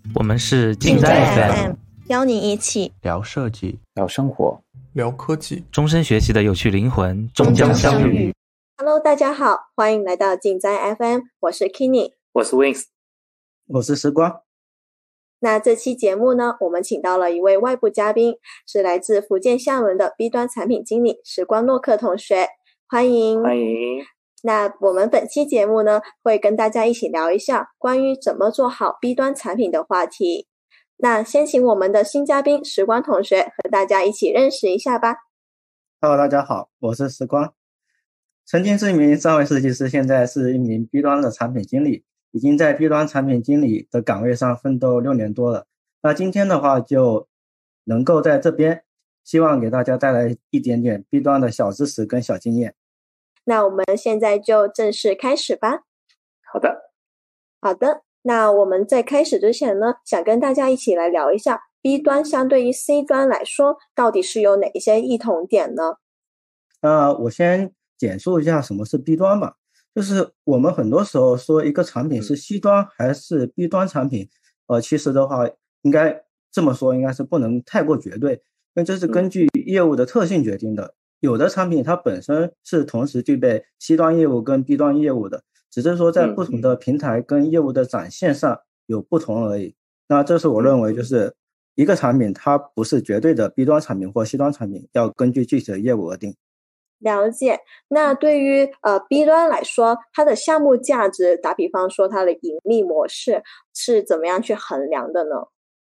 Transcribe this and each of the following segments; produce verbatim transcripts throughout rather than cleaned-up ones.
我们是竞哉 F M， 邀你一起聊设计， 聊生活， 聊科技， 终身学习的有趣灵魂终将相遇。 Hello， 大家好，欢迎来到竞哉 F M， 我是 Kenny， 我是 Wings， 我是时光。 那这期节目呢，我们请到了一位外部嘉宾，是来自福建厦门的 B 端产品经理时光诺克同学，欢迎欢迎。 那我们本期节目呢，会跟大家一起聊一下关于怎么做好 B 端产品的话题。那先请我们的新嘉宾时光同学和大家一起认识一下吧。 Hello， 大家好，我是时光，曾经是一名商业设计师，现在是一名 B 端的产品经理，已经在 B 端产品经理的岗位上奋斗六年多了。那今天的话就能够在这边，希望给大家带来一点点 B 端的小知识跟小经验。 那我们现在就正式开始吧。 好的， 好的。那我们在开始之前呢，想跟大家一起来聊一下 B 端相对于 C 端来说，到底是有哪一些异同点呢？ 那我先简述一下什么是 B 端吧。就是我们很多时候说一个产品是 C 端还是 B 端产品，呃，其实的话应该这么说，应该是不能太过绝对，因为这是根据业务的特性决定的。有的产品它本身是同时具备 C 端业务跟 B 端业务的，只是说在不同的平台跟业务的展现上有不同而已。那这是我认为就是一个产品它不是绝对的 B 端产品或 C 端产品，要根据具体的业务而定。 了解。那对于呃 B 端来说，它的项目价值，打比方说它的盈利模式是怎么样去衡量的呢？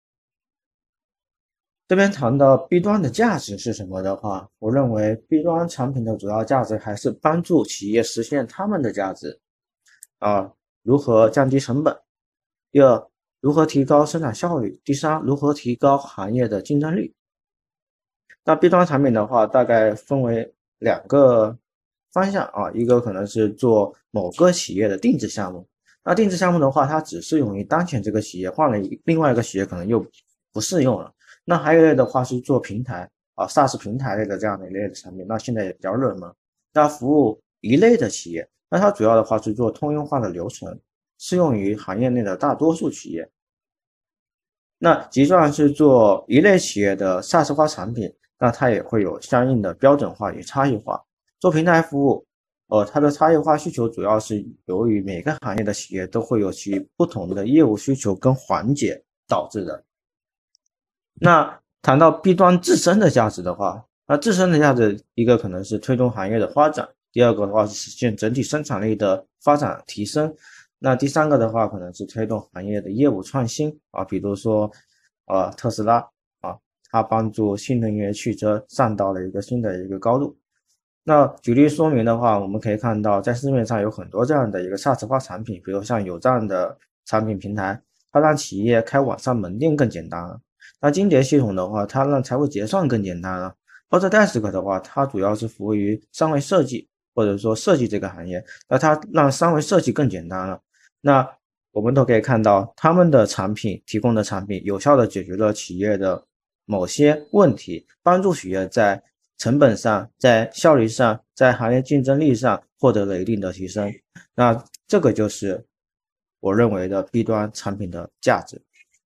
这边谈到 B 端的价值是什么的话，我认为 B 端产品的主要价值还是帮助企业实现他们的价值啊，如何降低成本，第二，如何提高生产效率，第三，如何提高行业的竞争力。那 B 端产品的话大概分为两个方向啊，一个可能是做某个企业的定制项目，那定制项目的话它只适用于当前这个企业，换了另外一个企业可能又不适用了。那还有一类的话是做平台啊 SaaS 平台类的这样的一类的产品，那现在也比较热门。那服务一类的企业，那它主要的话是做通用化的流程，适用于行业内的大多数企业。那即算是做一类企业的 SaaS 化产品，那它也会有相应的标准化与差异化。做平台服务，呃，它的差异化需求主要是由于每个行业的企业都会有其不同的业务需求跟环节导致的。那谈到 B 端自身的价值的话，那自身的价值一个可能是推动行业的发展，第二个的话是实现整体生产力的发展提升，那第三个的话可能是推动行业的业务创新啊，比如说呃特斯拉啊，它帮助新能源汽车上到了一个新的一个高度。那举例说明的话，我们可以看到在市面上有很多这样的一个 SaaS 化产品，比如像有这样的产品平台，它让企业开网上门店更简单了。那金蝶系统的话，它让财务结算更简单了。Autodesk 的话，它主要是服务于三维设计或者说设计这个行业，那它让三维设计更简单了。那我们都可以看到，他们的产品提供的产品有效地解决了企业的某些问题，帮助企业在成本上、在效率上、在行业竞争力上获得了一定的提升。那这个就是我认为的 B 端产品的价值。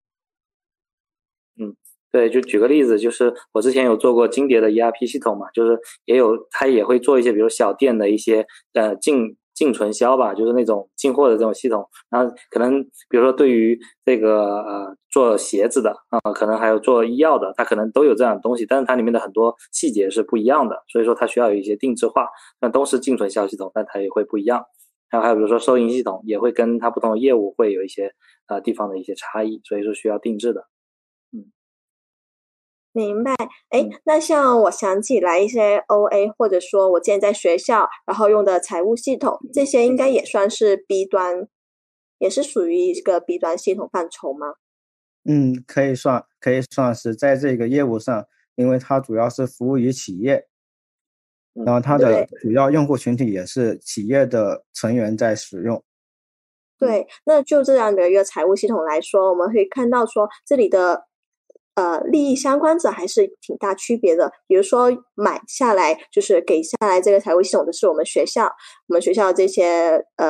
嗯，对，就举个例子，就是我之前有做过金蝶的 E R P 系统嘛，就是也有它也会做一些比如小店的一些呃进进存销吧，就是那种进货的这种系统，然后可能比如说对于这个呃做鞋子的啊、呃，可能还有做医药的，它可能都有这样的东西，但是它里面的很多细节是不一样的，所以说它需要有一些定制化，那都是进存销系统，但它也会不一样。还有还有比如说收银系统也会跟它不同的业务会有一些呃地方的一些差异，所以说需要定制的。 明白。诶，那像我想起来一些 O A 或者说我之前在学校然后用的财务系统，这些应该也算是 B 端，也是属于一个 B 端系统范畴吗？ 嗯，可以算可以算是在这个业务上，因为它主要是服务于企业，然后它的主要用户群体也是企业的成员在使用。 对，那就这样的一个财务系统来说，我们可以看到说这里的呃，利益相关者还是挺大区别的。比如说买下来就是给下来这个财务系统的是我们学校，我们学校这些呃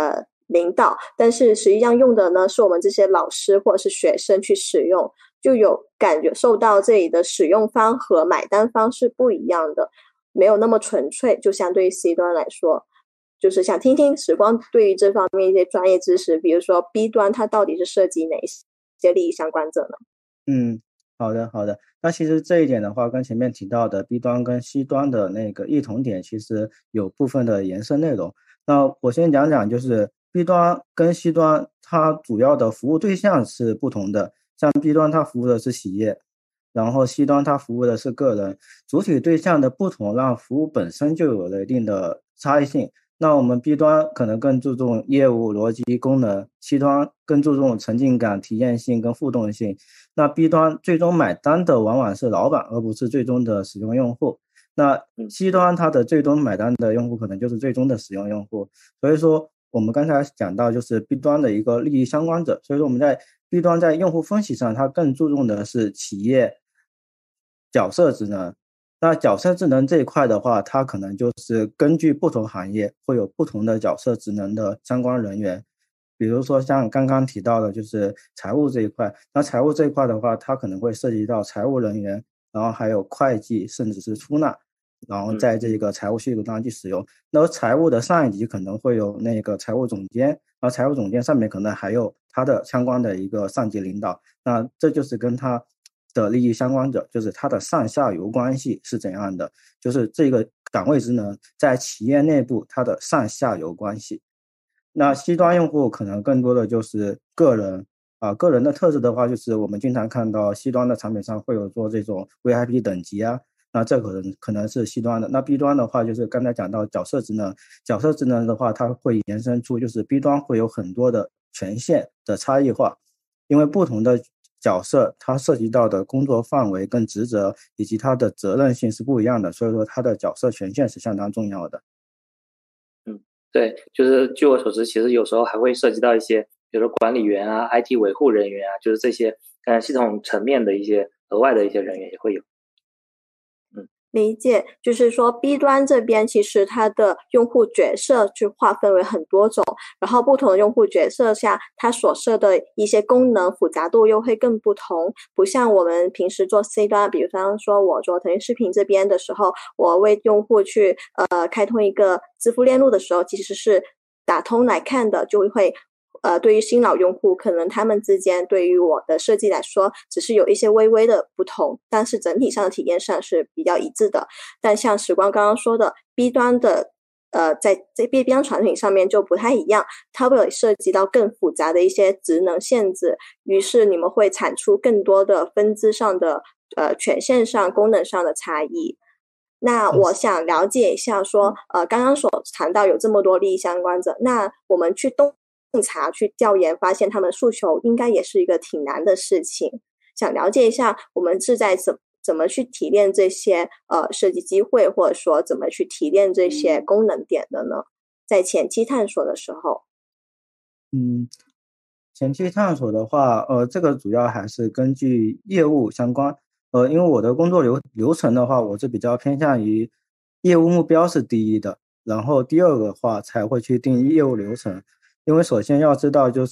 领导，但是实际上用的呢是我们这些老师或者是学生去使用，就有感觉受到这里的使用方和买单方是不一样的，没有那么纯粹，就相对于 C 端来说。就是想听听时光对于这方面一些专业知识，比如说 B 端它到底是涉及哪些利益相关者呢？ 嗯，好的好的。那其实这一点的话，跟前面提到的 B 端跟 C 端的那个异同点，其实有部分的延伸内容。那我先讲讲，就是 B 端跟 C 端它主要的服务对象是不同的，像 B 端它服务的是企业，然后 C 端它服务的是个人，主体对象的不同让服务本身就有了一定的差异性。那我们 B 端可能更注重业务逻辑功能， C 端更注重沉浸感、体验性跟互动性。那 B 端最终买单的往往是老板，而不是最终的使用用户。那 C 端它的最终买单的用户可能就是最终的使用用户。所以说我们刚才讲到就是 B 端的一个利益相关者，所以说我们在 B 端在用户分析上，它更注重的是企业角色职能。那角色智能这一块的话，它可能就是根据不同行业会有不同的角色职能的相关人员。比如说像刚刚提到的就是财务这一块，那财务这一块的话，它可能会涉及到财务人员，然后还有会计甚至是出纳，然后在这个财务系统上去使用。那么财务的上一级可能会有那个财务总监，然后财务总监上面可能还有他的相关的一个上级领导，那这就是跟他的利益相关者，就是它的上下游关系是怎样的，就是这个岗位职能在企业内部它的上下游关系。那 C 端用户可能更多的就是个人啊，个人的特质的话，就是我们经常看到 C 端的产品上会有做这种 V I P 等级啊，那这可能可能是 C 端的。那 B 端的话，就是刚才讲到角色职能，角色职能的话，它会延伸出就是 B 端会有很多的权限的差异化，因为不同的角色它涉及到的工作范围跟职责以及它的责任性是不一样的，所以说它的角色权限是相当重要的。 嗯，对，就是据我所知，其实有时候还会涉及到一些，比如说管理员啊、I T 维护人员啊，就是这些呃系统层面的一些额外的一些人员也会有。 理解，就是说 B 端这边其实它的用户角色去划分为很多种，然后不同的用户角色下，它所设的一些功能复杂度又会更不同。不像我们平时做 C 端，比如说我做腾讯视频这边的时候，我为用户去呃开通一个支付链路的时候，其实是打通来看的，就会呃，对于新老用户，可能他们之间对于我的设计来说，只是有一些微微的不同，但是整体上的体验上是比较一致的。但像时光刚刚说的 ，B 端的呃，在这 B 端产品上面就不太一样，它会涉及到更复杂的一些职能限制，于是你们会产出更多的分支上的呃权限上、功能上的差异。那我想了解一下说，呃，刚刚所谈到有这么多利益相关者，那我们去洞察、去调研，发现他们诉求应该也是一个挺难的事情。想了解一下，我们是在怎怎么去提炼这些呃设计机会，或者说怎么去提炼这些功能点的呢？在前期探索的时候， 嗯，前期探索的话，呃，这个主要还是根据业务相关。呃，因为我的工作流流程的话，我是比较偏向于业务目标是第一的，然后第二个话才会去定业务流程。因为首先要知道，就是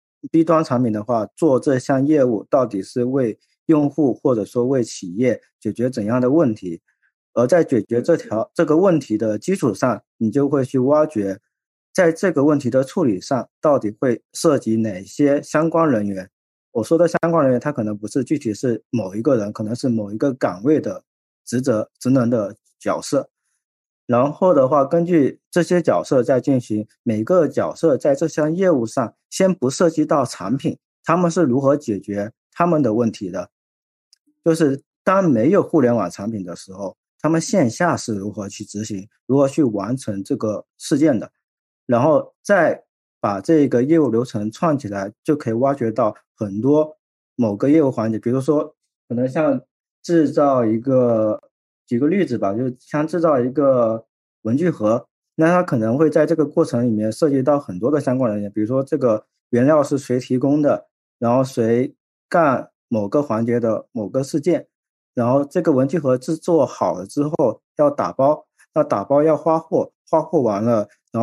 B 端产品的话，做这项业务到底是为用户或者说为企业解决怎样的问题，而在解决这条这个问题的基础上，你就会去挖掘，在这个问题的处理上，到底会涉及哪些相关人员。我说的相关人员，他可能不是具体是某一个人，可能是某一个岗位的职责、职能的角色。然后的话，根据这些角色再进行每个角色在这项业务上，先不涉及到产品，他们是如何解决他们的问题的。就是当没有互联网产品的时候，他们线下是如何去执行，如何去完成这个事件的，然后再把这个业务流程串起来，就可以挖掘到很多某个业务环节。比如说可能像制造一个，举个例子吧，就像制造一个文具盒，那它可能会在这个过程里面涉及到很多的相关人员，比如说这个原料是谁提供的，然后谁干某个环节的某个事件，然后这个文具盒制作好了之后要打包，那打包要发货，发货完了，然后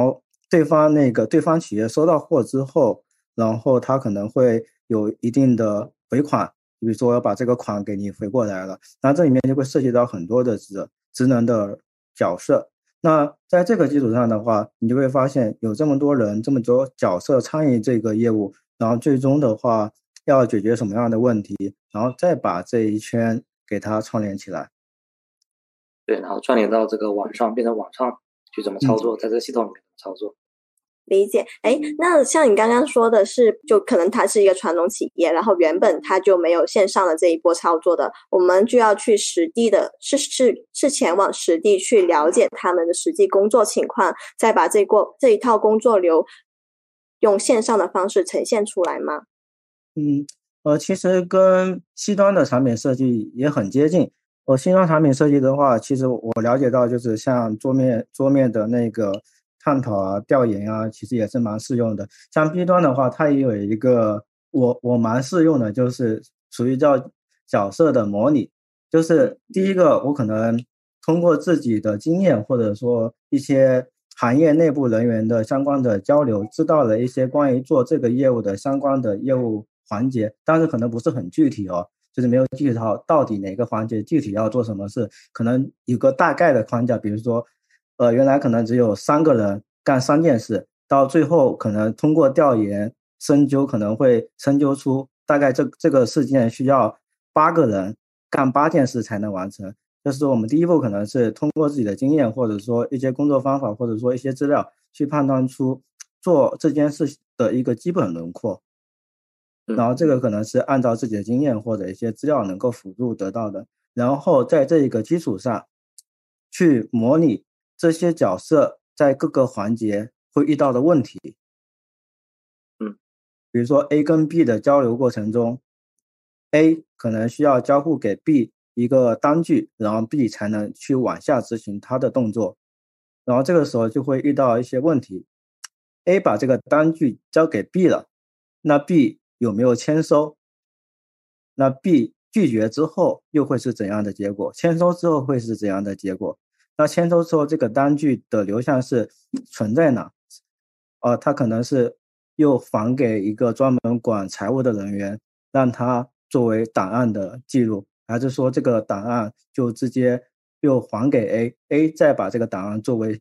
对方那个对方企业收到货之后，然后他可能会有一定的回款，比如说我把这个款给你回过来了，那这里面就会涉及到很多的职职能的角色。那在这个基础上的话，你就会发现有这么多人这么多角色参与这个业务，然后最终的话要解决什么样的问题，然后再把这一圈给它串联起来。 对，然后串联到这个网上，变成网上去怎么操作，嗯、在这个系统里面操作。 理解。哎，那像你刚刚说的是，就可能它是一个传统企业，然后原本它就没有线上的这一波操作的，我们就要去实地的，是是是前往实地去了解他们的实际工作情况，再把这过这一套工作流用线上的方式呈现出来吗？ 嗯，呃，其实跟 C 端的产品设计也很接近。我 C 端产品设计的话，其实我了解到就是像桌面桌面的那个探讨啊、调研啊，其实也是蛮适用的。像 B 端的话，它也有一个我我蛮适用的，就是属于叫角色的模拟。就是第一个，我可能通过自己的经验，或者说一些行业内部人员的相关的交流，知道了一些关于做这个业务的相关的业务环节，但是可能不是很具体哦。就是没有具体到到底哪个环节具体要做什么事，可能有个大概的框架，比如说，呃，原来可能只有三个人干三件事，到最后可能通过调研深究，可能会深究出大概这这个事件需要八个人干八件事才能完成。就是我们第一步可能是通过自己的经验，或者说一些工作方法，或者说一些资料，去判断出做这件事的一个基本轮廓。然后这个可能是按照自己的经验或者一些资料能够辅助得到的，然后在这一个基础上去模拟这些角色在各个环节会遇到的问题。 嗯， 比如说 A 跟 B 的交流过程中， A 可能需要交互给 B 一个单据，然后 B 才能去往下执行它的动作，然后这个时候就会遇到一些问题。 A 把这个单据交给 B 了，那 B有没有签收？那 B 拒绝之后又会是怎样的结果？签收之后会是怎样的结果？那签收之后这个单据的流向是存在哪？呃，他可能是又返给一个专门管财务的人员，让他作为档案的记录，还是说这个档案就直接又还给 A，A 再把这个档案作为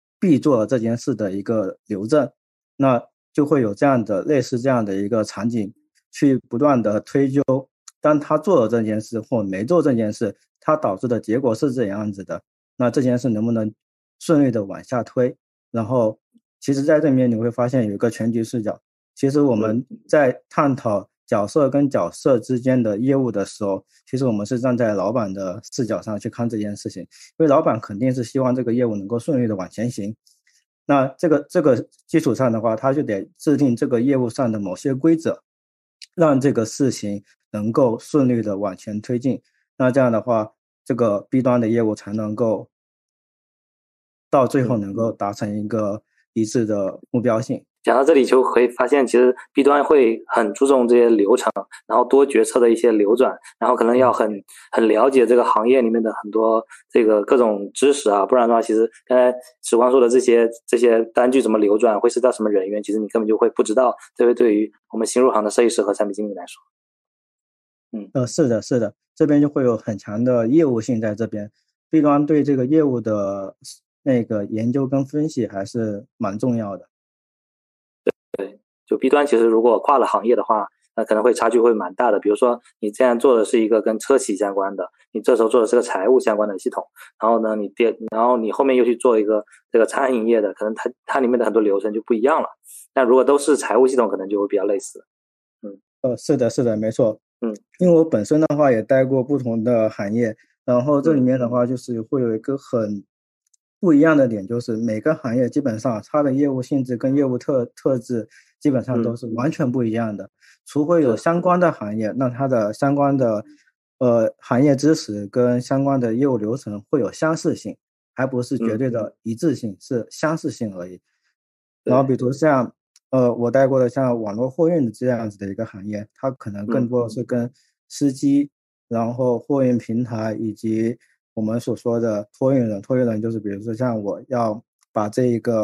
B 做了这件事的一个留证？那就会有这样的类似这样的一个场景，去不断的推究，当他做了这件事或没做这件事，他导致的结果是怎样子的，那这件事能不能顺利的往下推？然后其实在这里面你会发现有一个全局视角，其实我们在探讨角色跟角色之间的业务的时候，其实我们是站在老板的视角上去看这件事情，因为老板肯定是希望这个业务能够顺利的往前行。那这个这个基础上的话，他就得制定这个业务上的某些规则，让这个事情能够顺利的往前推进。那这样的话，这个 B 端的业务才能够到最后能够达成一个一致的目标性。 讲到这里就可以发现，其实 B 端会很注重这些流程，然后多决策的一些流转，然后可能要很很了解这个行业里面的很多这个各种知识啊，不然的话，其实刚才史光说的这些这些单据怎么流转，会涉及到什么人员，其实你根本就会不知道，特别对于我们新入行的设计师和产品经理来说。嗯， 呃，是的，是的，这边就会有很强的业务性在这边。B 端对这个业务的那个研究跟分析还是蛮重要的。 对，就 B 端其实如果跨了行业的话，那可能会差距会蛮大的。比如说你这样做的是一个跟车企相关的，你这时候做的是个财务相关的系统，然后呢你电，然后你后面又去做一个这个餐饮业的，可能它它里面的很多流程就不一样了。那如果都是财务系统，可能就会比较类似。嗯， 呃，是的，是的，没错。 嗯， 因为我本身的话也待过不同的行业，然后这里面的话就是会有一个很不一样的点，就是每个行业基本上它的业务性质跟业务特特质基本上都是完全不一样的。嗯、除非有相关的行业，那它的相关的呃行业知识跟相关的业务流程会有相似性，还不是绝对的一致性，嗯、是相似性而已。然后比如像呃我待过的像网络货运的这样子的一个行业，它可能更多的是跟司机、嗯、然后货运平台以及我们所说的托运人，托运人就是比如说像我要把这一个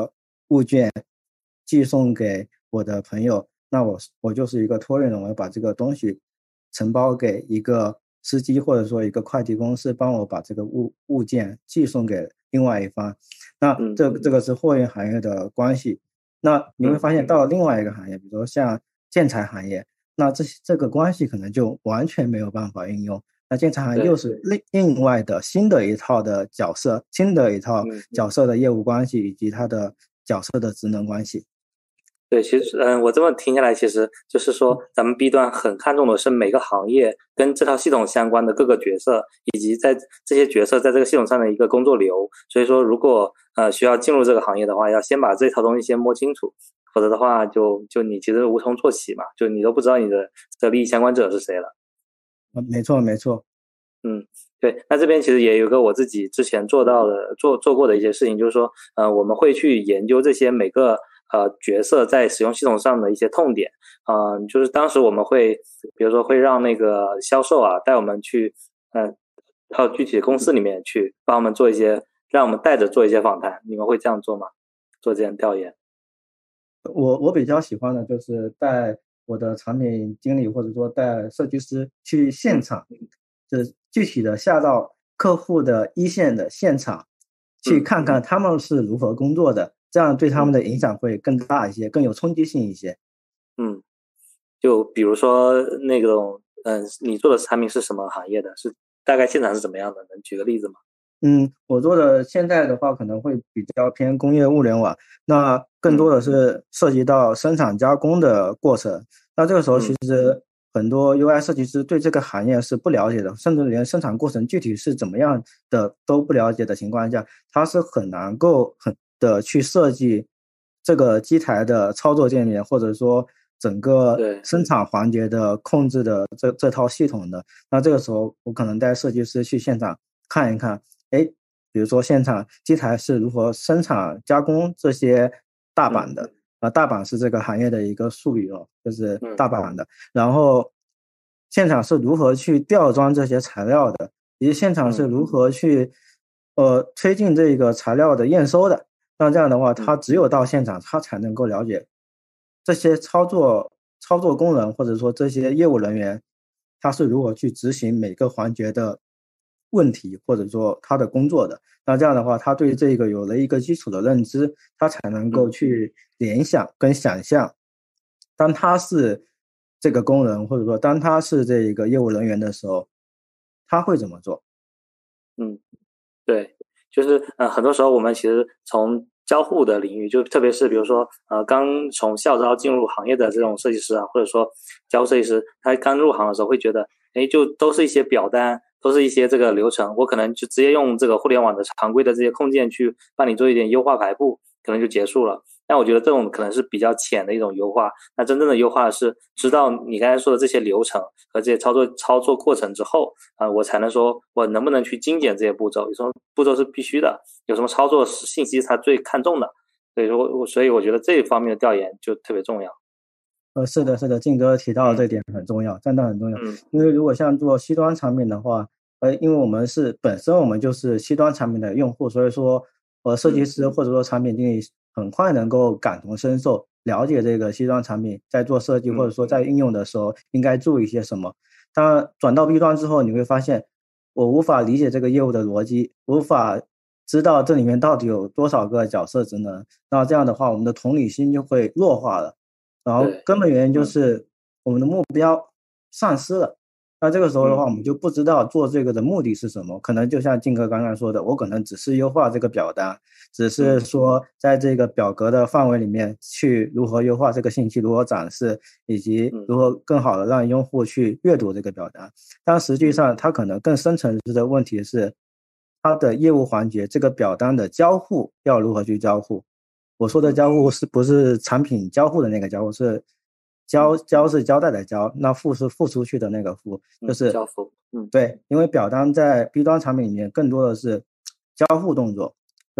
物件寄送给我的朋友，那我我就是一个托运人，我要把这个东西承包给一个司机或者说一个快递公司，帮我把这个物物件寄送给另外一方。那这这个是货运行业的关系。那你会发现到了另外一个行业，比如说像建材行业，那这这个关系可能就完全没有办法应用。那建材行业又是另另外的新的一套的角色，新的一套角色的业务关系以及它的角色的职能关系。 对，其实嗯，我这么听下来，其实就是说，咱们 B 端很看重的是每个行业跟这套系统相关的各个角色，以及在这些角色在这个系统上的一个工作流。所以说，如果呃需要进入这个行业的话，要先把这套东西先摸清楚，否则的话就，就就你其实无从做起嘛，就你都不知道你的这利益相关者是谁了。 没错，没错。 嗯，对，那这边其实也有个我自己之前做到的、做做过的一些事情，就是说，呃，我们会去研究这些每个呃角色在使用系统上的一些痛点，嗯、呃，就是当时我们会，比如说会让那个销售啊带我们去，呃，到具体的公司里面去帮我们做一些，让我们带着做一些访谈，你们会这样做吗？做这样调研？ 我我比较喜欢的就是带我的产品经理或者说带设计师去现场，就是具体的下到客户的一线的现场，去看看他们是如何工作的，这样对他们的影响会更大一些，更有冲击性一些。 嗯，就比如说那种，嗯，你做的产品是什么行业的？是大概现场是怎么样的？能举个例子吗？ 嗯，我做的现在的话可能会比较偏工业物联网，那更多的是涉及到生产加工的过程。那这个时候其实很多 U I 设计师对这个行业是不了解的，甚至连生产过程具体是怎么样的都不了解的情况下，他是很难够很的去设计这个机台的操作界面，或者说整个生产环节的控制的这这套系统的。那这个时候我可能带设计师去现场看一看，哎，比如说现场机台是如何生产加工这些大板的，啊、呃，大板是这个行业的一个术语哦，就是大板的。然后现场是如何去吊装这些材料的，以及现场是如何去呃推进这个材料的验收的。那这样的话，他只有到现场，他才能够了解这些操作操作工人或者说这些业务人员，他是如何去执行每个环节的问题，或者说他的工作的。那这样的话，他对这个有了一个基础的认知，他才能够去联想跟想象，当他是这个工人，或者说当他是这个业务人员的时候，他会怎么做。 嗯，对，就是呃，很多时候我们其实从交互的领域，就特别是比如说呃，刚从校招进入行业的这种设计师啊，或者说交互设计师，他刚入行的时候会觉得，哎，就都是一些表单，都是一些这个流程，我可能就直接用这个互联网的常规的这些控件去帮你做一点优化排布，可能就结束了。但我觉得这种可能是比较浅的一种优化，那真正的优化是知道你刚才说的这些流程和这些操作操作过程之后啊、呃，我才能说我能不能去精简这些步骤，有什么步骤是必须的，有什么操作信息它最看重的，所以说所以我觉得这一方面的调研就特别重要。 呃，是的，是的，靖哥提到的这点很重要，真的很重要。 嗯， 因为如果像做 C 端产品的话，呃，因为我们是本身我们就是 C 端产品的用户，所以说呃，设计师或者说产品经理很快能够感同身受，了解这个 C 端产品在做设计或者说在应用的时候应该注意些什么。当然转到 B 端之后，你会发现我无法理解这个业务的逻辑，无法知道这里面到底有多少个角色职能，那这样的话我们的同理心就会弱化了，然后根本原因就是我们的目标丧失了。那这个时候的话，我们就不知道做这个的目的是什么，可能就像靖哥刚刚说的，我可能只是优化这个表单，只是说在这个表格的范围里面去如何优化这个信息，如何展示，以及如何更好的让用户去阅读这个表单。但实际上它可能更深层次的问题是它的业务环节，这个表单的交互要如何去交互。我说的交互是不是产品交互的那个交互，是交交是交代的交，那付是付出去的那个付，就是交付。嗯， 对，因为表单在 B 端产品里面更多的是交互动作，就是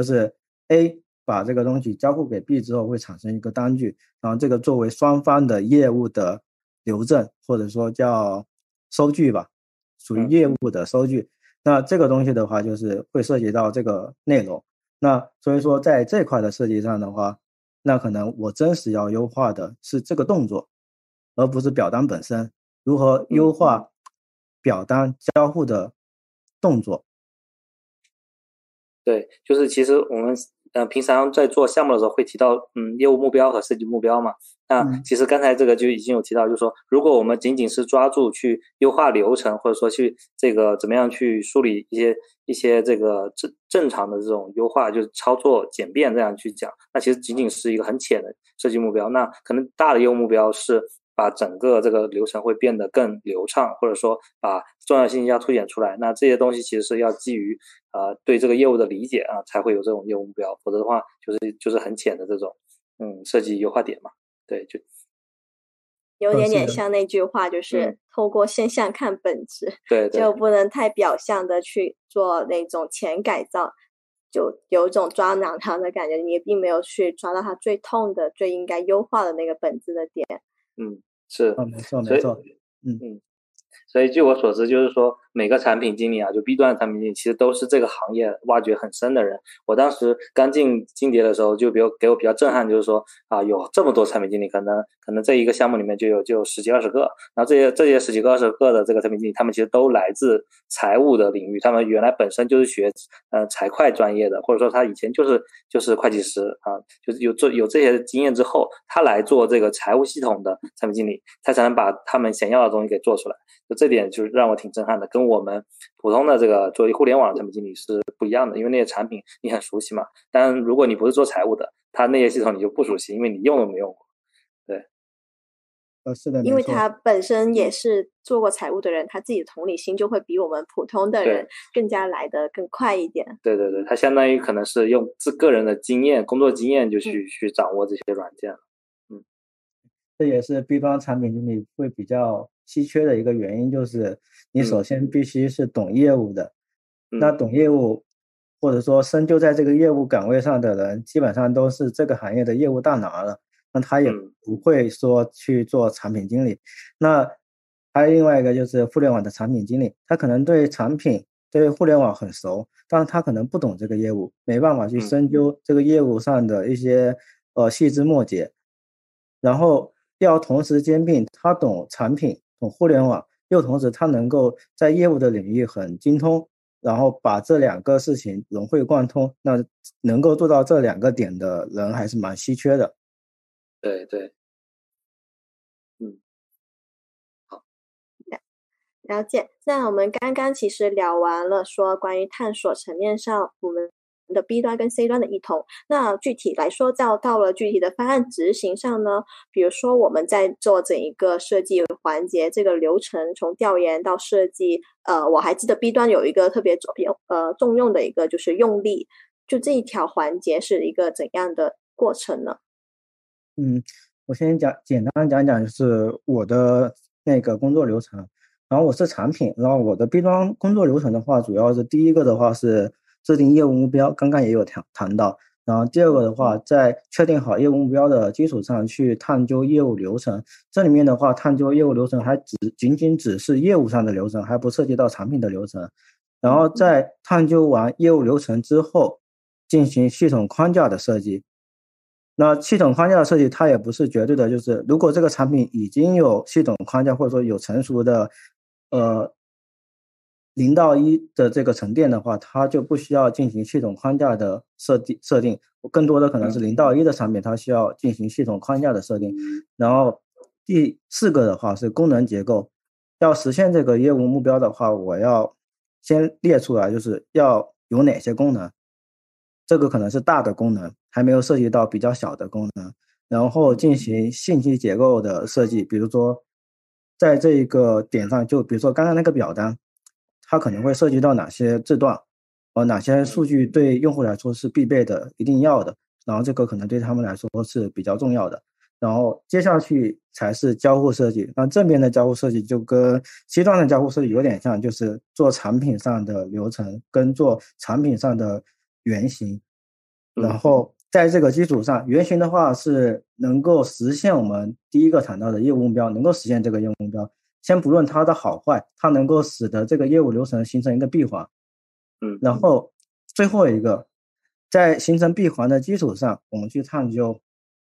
A 把这个东西交付给 B 之后会产生一个单据，然后这个作为双方的业务的留证，或者说叫收据吧，属于业务的收据。那这个东西的话就是会涉及到这个内容，那所以说在这块的设计上的话， 那可能我真实要优化的是这个动作，而不是表单本身。如何优化表单交互的动作？ 对，就是其实我们呃平常在做项目的时候会提到嗯业务目标和设计目标嘛。那其实刚才这个就已经有提到，就是说如果我们仅仅是抓住去优化流程，或者说去这个怎么样去梳理一些一些这个正正常的这种优化，就是操作简便这样去讲，那其实仅仅是一个很浅的设计目标。那可能大的业务目标是把整个这个流程会变得更流畅，或者说把重要性要凸显出来。那这些东西其实是要基于呃对这个业务的理解啊，才会有这种业务目标，否则的话就是就是很浅的这种嗯设计优化点嘛。对，就有点点像那句话，就是透过现象看本质， 嗯、对, 对， 就不能太表象的去做那种前改造，就有一种抓囊汤的感觉，你也并没有去抓到它最痛的、最应该优化的那个本质的点。 嗯，是， 哦，没错没错， 嗯嗯。所以据我所知，就是说每个产品经理啊，就 B 端的产品经理，其实都是这个行业挖掘很深的人。我当时刚进金蝶的时候，就比如给我比较震撼，就是说啊，有这么多产品经理，可能可能这一个项目里面就有就有十几二十个，然后这些这些十几个二十个的这个产品经理，他们其实都来自财务的领域，他们原来本身就是学呃财会专业的，或者说他以前就是就是会计师啊，就是有做有这些经验之后，他来做这个财务系统的产品经理，他才能把他们想要的东西给做出来。就这点就是让我挺震撼的，跟我们普通的这个作为互联网的产品经理是不一样的，因为那些产品你很熟悉嘛，但如果你不是做财务的，他那些系统你就不熟悉，因为你用都没用过。对， 呃，是的， 因为他本身也是做过财务的人，他自己的同理心就会比我们普通的人更加来得更快一点。 对对对，他相当于可能是用自个人的经验、工作经验就去、嗯、去掌握这些软件。嗯， 这也是 B 端产品经理会比较稀缺的一个原因，就是你首先必须是懂业务的，嗯、那懂业务或者说深究在这个业务岗位上的人，基本上都是这个行业的业务大拿了，那他也不会说去做产品经理。嗯、那还有另外一个就是互联网的产品经理，他可能对产品对互联网很熟，但是他可能不懂这个业务，没办法去深究这个业务上的一些呃细枝末节，然后要同时兼并他懂产品懂互联网，又同时他能够在业务的领域很精通，然后把这两个事情融会贯通，那能够做到这两个点的人还是蛮稀缺的。 对对，嗯，好， 了解。那我们刚刚其实聊完了说关于探索层面上我们的 B 端跟 C 端的异同，那具体来说到到了具体的方案执行上呢，比如说我们在做整一个设计环节，这个流程从调研到设计，呃，我还记得 B 端有一个特别呃重用的一个就是用力，就这一条环节是一个怎样的过程呢？ 嗯，我先讲简单讲讲就是我的那个工作流程，然后我是产品，然后我的 B 端工作流程的话，主要是第一个的话是制定业务目标，刚刚也有谈谈到，然后第二个的话，在确定好业务目标的基础上去探究业务流程，这里面的话探究业务流程还只仅仅只是业务上的流程，还不涉及到产品的流程，然后在探究完业务流程之后，进行系统框架的设计。那系统框架的设计它也不是绝对的，就是如果这个产品已经有系统框架或者说有成熟的呃零到一的这个沉淀的话，它就不需要进行系统框架的设定设定，更多的可能是零到一的产品它需要进行系统框架的设定。然后第四个的话是功能结构，要实现这个业务目标的话，我要先列出来就是要有哪些功能，这个可能是大的功能，还没有涉及到比较小的功能，然后进行信息结构的设计，比如说在这个点上，就比如说刚刚那个表单，它可能会涉及到哪些字段，呃，哪些数据对用户来说是必备的、一定要的，然后这个可能对他们来说是比较重要的。然后接下去才是交互设计，那这边的交互设计就跟 C 端的交互设计有点像，就是做产品上的流程跟做产品上的原型，然后在这个基础上，原型的话是能够实现我们第一个谈到的业务目标，能够实现这个业务目标，先不论它的好坏，它能够使得这个业务流程形成一个闭环， 嗯， 然后最后一个在形成闭环的基础上，我们去探究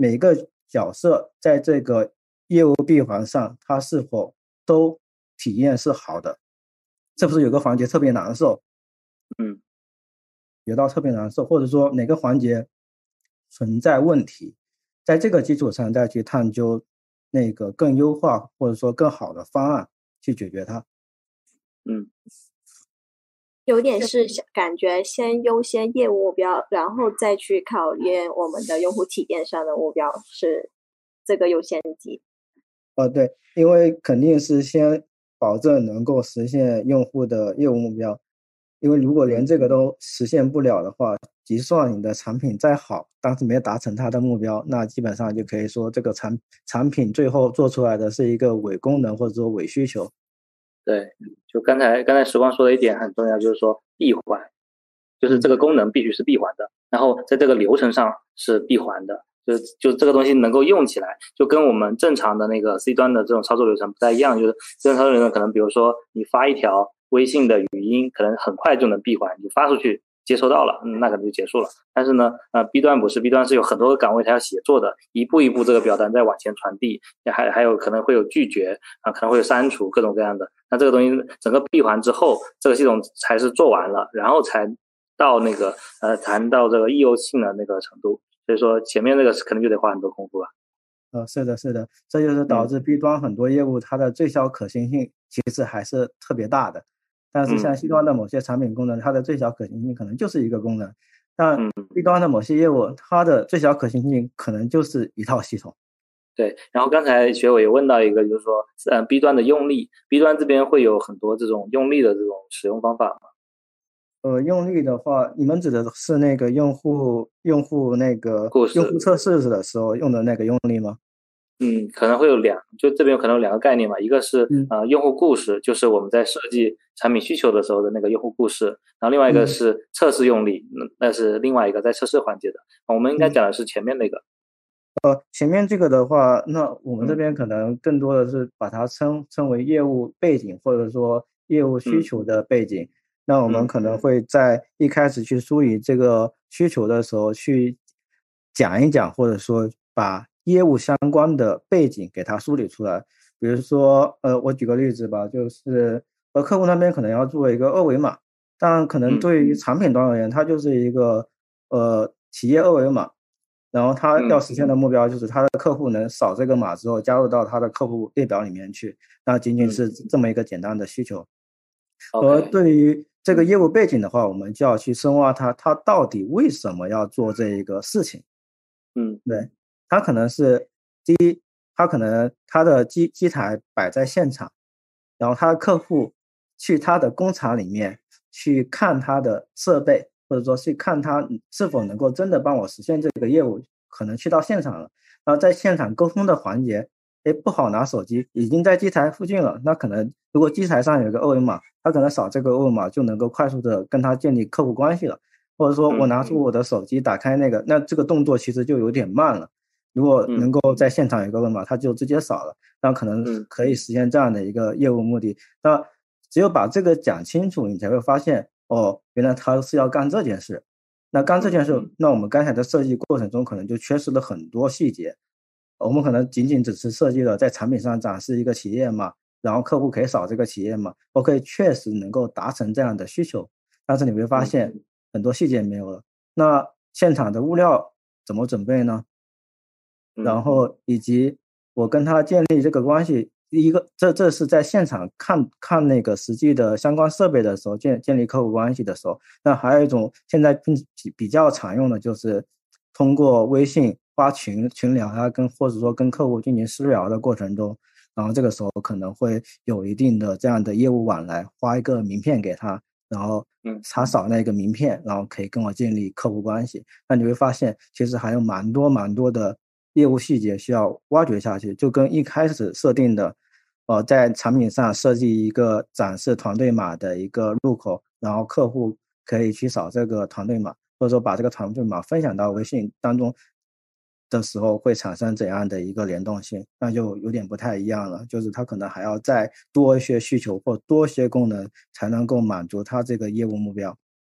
每个角色在这个业务闭环上，它是否都体验是好的，是不是有个环节特别难受？ 嗯， 有到特别难受，或者说哪个环节存在问题，在这个基础上再去探究那个更优化或者说更好的方案去解决它。 嗯， 有点是感觉先优先业务目标，然后再去考验我们的用户体验上的目标，是这个优先级。 呃，对，因为肯定是先保证能够实现用户的业务目标，因为如果连这个都实现不了的话，即算你的产品再好，但是没有达成它的目标，那基本上就可以说这个产产品最后做出来的是一个伪功能或者说伪需求。 对，就刚才刚才时光说的一点很重要，就是说闭环，就是这个功能必须是闭环的，然后在这个流程上是闭环的，就就这个东西能够用起来，就跟我们正常的那个 C 端的这种操作流程不太一样，就是这种操作流程可能比如说你发一条微信的语音，可能很快就能闭环，你发出去接收到了，嗯，那可能就结束了。但是呢，呃 ，B 端不是 ，B 端是有很多个岗位它要协作的，一步一步这个表单再往前传递，还还有可能会有拒绝啊，可能会有删除各种各样的。那这个东西整个闭环之后，这个系统才是做完了，然后才到那个呃谈到这个易用性的那个程度。所以说前面这个可能就得花很多功夫了。 呃，是的，是的，这就是导致 B 端很多业务它的最小可行性其实还是特别大的。但是像 C 端的某些产品功能，它的最小可行性可能就是一个功能，但 B 端的某些业务，它的最小可行性可能就是一套系统。 对，然后刚才学伟也问到一个，就是说，呃 ，B 端的用力 ，B 端这边会有很多这种用力的这种使用方法吗？ 呃，用力的话，你们指的是那个用户用户那个故事用户测试的时候用的那个用力吗？ 嗯，可能会有两，就这边可能有两个概念嘛，一个是嗯呃用户故事，就是我们在设计产品需求的时候的那个用户故事，然后另外一个嗯是测试用力，那那是另外一个在测试环节的。我们应该讲的是前面那个。 前面这个的话，那我们这嗯边可能更多的是把它称称为业务背景，或者说业务需求的背景。那我们可能会在一开始去梳理这个需求的时候，去讲一讲，或者说把业务相关的背景给它梳理出来。比如说，呃，我举个例子吧，就是呃，客户那边可能要做一个二维码，但可能对于产品端而言，它就是一个呃企业二维码。然后他要实现的目标就是他的客户能扫这个码之后加入到他的客户列表里面去，那仅仅是这么一个简单的需求。而对于这个业务背景的话，我们就要去深挖它，他到底为什么要做这一个事情。 嗯， 对，他可能是第一，他可能他的机机台摆在现场，然后他的客户去他的工厂里面去看他的设备，或者说去看他是否能够真的帮我实现这个业务，可能去到现场了，然后在现场沟通的环节，哎，不好拿手机，已经在机台附近了，那可能如果机台上有一个二维码，他可能扫这个二维码就能够快速的跟他建立客户关系了，或者说我拿出我的手机打开那个，那这个动作其实就有点慢了。如果能够在现场有一个二维码，他就直接扫了，那可能可以实现这样的一个业务目的。那只有把这个讲清楚，你才会发现，哦，原来他是要干这件事。那干这件事，那我们刚才的设计过程中可能就缺失了很多细节。我们可能仅仅只是设计了在产品上展示一个企业码，然后客户可以扫这个企业码 ，OK， 确实能够达成这样的需求。但是你会发现很多细节没有了。那现场的物料怎么准备呢？然后以及我跟他建立这个关系，一个这这是在现场看看那个实际的相关设备的时候建建立客户关系的时候。那还有一种现在比比较常用的就是通过微信发群群聊啊，跟或者说跟客户进行私聊的过程中，然后这个时候可能会有一定的这样的业务往来，发一个名片给他，然后他扫那个名片，然后可以跟我建立客户关系。那你会发现其实还有蛮多蛮多的业务细节需要挖掘下去，就跟一开始设定的呃，在产品上设计一个展示团队码的一个入口，然后客户可以去扫这个团队码，或者说把这个团队码分享到微信当中的时候会产生怎样的一个联动性，那就有点不太一样了，就是它可能还要再多一些需求或多一些功能才能够满足它这个业务目标。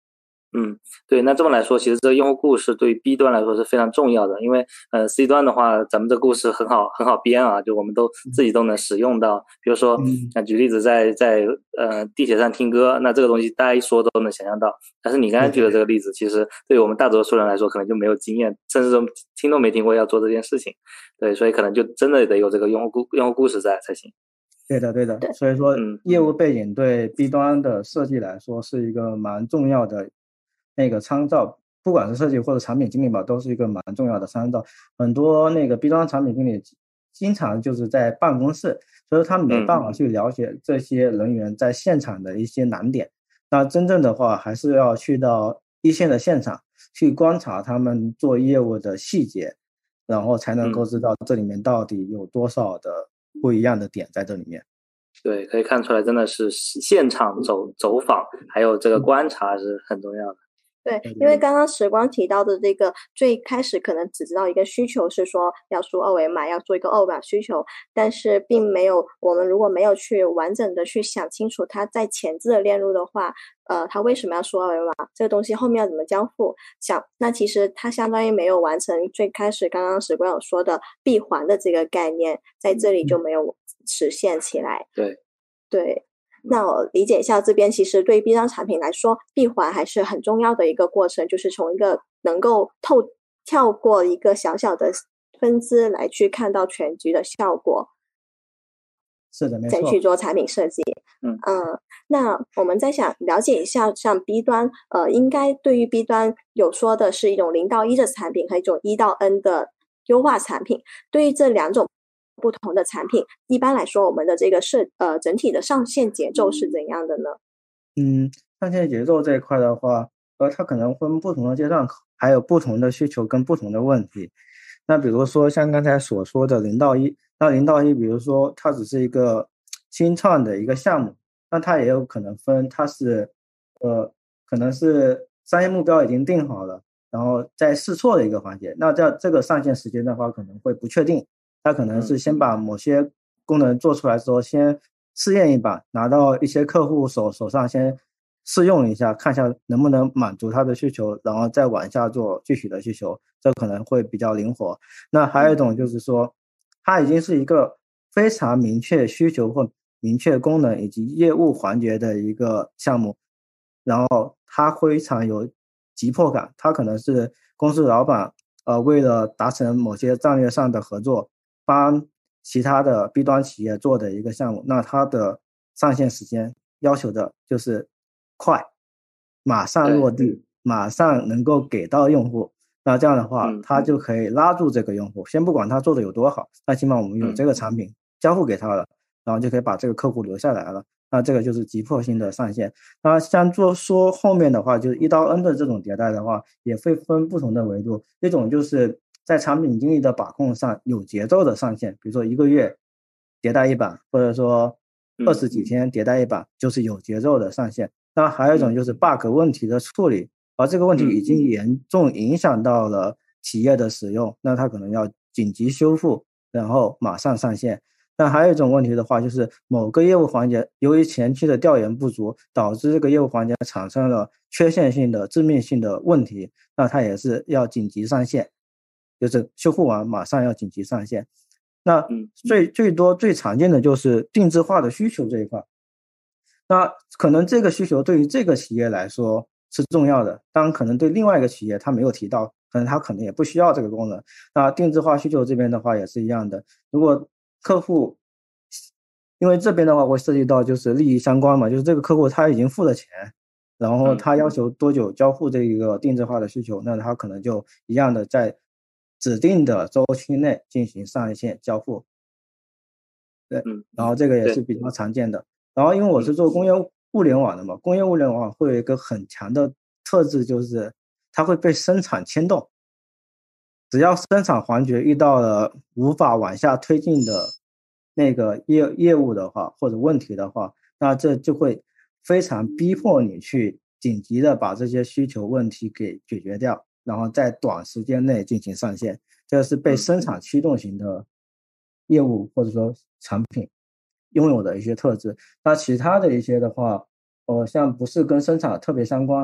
嗯，对，那这么来说，其实这个用户故事对于 B 端来说是非常重要的，因为呃 C 端的话，咱们这故事很好很好编啊，就我们都自己都能使用到。比如说，那、举例子在在呃地铁站听歌，那这个东西大家一说都能想象到。但是你刚才举的这个例子，其实对于我们大多数人来说，可能就没有经验，甚至都听都没听过要做这件事情。对，所以可能就真的得有这个用户故用户故事在才行。 对的，对的。所以说，业务背景对 B 端的设计来说是一个蛮重要的那个参照，不管是设计或者产品经理吧，都是一个蛮重要的参照。很多那个 B 端产品经理经常就是在办公室，所以他没办法去了解这些人员在现场的一些难点。那真正的话，还是要去到一线的现场去观察他们做业务的细节，然后才能够知道这里面到底有多少的不一样的点在这里面。 对，可以看出来真的是现场走走访还有这个观察是很重要的。 对，因为刚刚时光提到的这个最开始可能只知道一个需求是说要输二维码，要做一个二维码需求，但是并没有，我们如果没有去完整的去想清楚它在前置的链路的话，呃，它为什么要输二维码，这个东西后面要怎么交付，想那其实它相当于没有完成最开始刚刚时光有说的闭环的这个概念，在这里就没有实现起来。 对对。那我理解一下，这边其实对于 B 端产品来说，闭环还是很重要的一个过程，就是从一个能够透跳过一个小小的分支来去看到全局的效果。 是的，没错。 再去做产品设计。 嗯呃、那我们再想了解一下，像 B 端，呃，应该对于 B 端有说的是一种零到一的产品和一种一到 N 的优化产品。对于这两种不同的产品，一般来说我们的这个设呃整体的上线节奏是怎样的呢？ 嗯，上线节奏这一块的话，呃，它可能分不同的阶段，还有不同的需求跟不同的问题。那比如说像刚才所说的零到一，那零到一，比如说它只是一个新创的一个项目，那它也有可能分，它是呃可能是商业目标已经定好了，然后在试错的一个环节。那这这个上线时间的话可能会不确定。它可能是先把某些功能做出来之后，先试验一把，拿到一些客户手手上先试用一下，看一下能不能满足他的需求，然后再往下做具体的需求，这可能会比较灵活。那还有一种就是说，它已经是一个非常明确需求或明确功能以及业务环节的一个项目，然后它非常有急迫感，它可能是公司老板呃为了达成某些战略上的合作，帮其他的 B 端企业做的一个项目，那它的上线时间要求的就是快，马上落地，马上能够给到用户。那这样的话，它就可以拉住这个用户，先不管他做的有多好，那起码我们有这个产品交付给他了，然后就可以把这个客户留下来了。那这个就是急迫性的上线。那像做说后面的话，就是一到 N 的这种迭代的话，也会分不同的维度。一种就是在产品经理的把控上有节奏的上线，比如说一个月迭代一版，或者说二十几天迭代一版，就是有节奏的上线。那还有一种就是 bug 问题的处理，而这个问题已经严重影响到了企业的使用，那它可能要紧急修复，然后马上上线。那还有一种问题的话，就是某个业务环节由于前期的调研不足，导致这个业务环节产生了缺陷性的致命性的问题，那它也是要紧急上线，就是修复完马上要紧急上线。那最最多最常见的就是定制化的需求这一块，那可能这个需求对于这个企业来说是重要的，当然可能对另外一个企业他没有提到，可能他可能也不需要这个功能。那定制化需求这边的话也是一样的，如果客户因为这边的话会涉及到就是利益相关嘛，就是这个客户他已经付了钱，然后他要求多久交付这一个定制化的需求，那他可能就一样的在指定的周期内进行上线交付。对，然后这个也是比较常见的。然后因为我是做工业物联网的嘛，工业物联网会有一个很强的特质，就是它会被生产牵动。只要生产环节遇到了无法往下推进的那个业业务的话，或者问题的话，那这就会非常逼迫你去紧急的把这些需求问题给解决掉，然后在短时间内进行上线。这是被生产驱动型的业务或者说产品拥有的一些特质。那其他的一些的话，呃，像不是跟生产特别相关，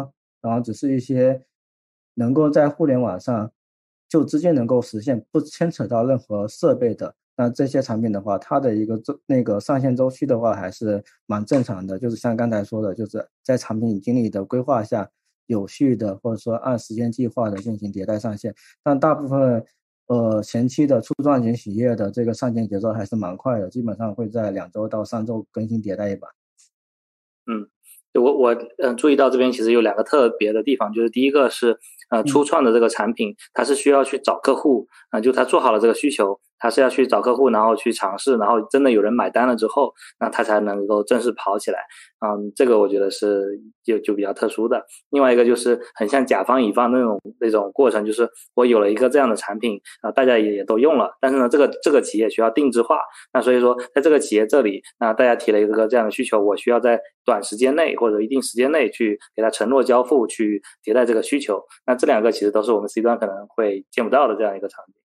然后只是一些能够在互联网上就直接能够实现，不牵扯到任何设备的，那这些产品的话，它的一个周那个上线周期的话还是蛮正常的，就是像刚才说的，就是在产品经理的规划下，有序的或者说按时间计划的进行迭代上线。但大部分呃前期的初创型企业的这个上线节奏还是蛮快的，基本上会在两周到三周更新迭代一版。 嗯，我我嗯、呃、注意到这边其实有两个特别的地方，就是第一个是呃初创的这个产品，它是需要去找客户啊、呃，就它做好了这个需求，它是要去找客户，然后去尝试，然后真的有人买单了之后，那它才能够正式跑起来。嗯，这个我觉得是就就比较特殊的。另外一个就是很像甲方乙方那种那种过程，就是我有了一个这样的产品啊、呃，大家也也都用了，但是呢，这个这个企业需要定制化，那所以说在这个企业这里，那大家提了一个这样的需求，我需要在短时间内或者一定时间内去给他承诺交付，去迭代这个需求。那这两个其实都是我们 C 端可能会见不到的这样一个场景。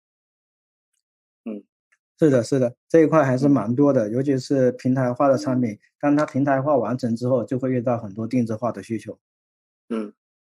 嗯， 是的，是的，这一块还是蛮多的，尤其是平台化的产品，当它平台化完成之后，就会遇到很多定制化的需求。 嗯，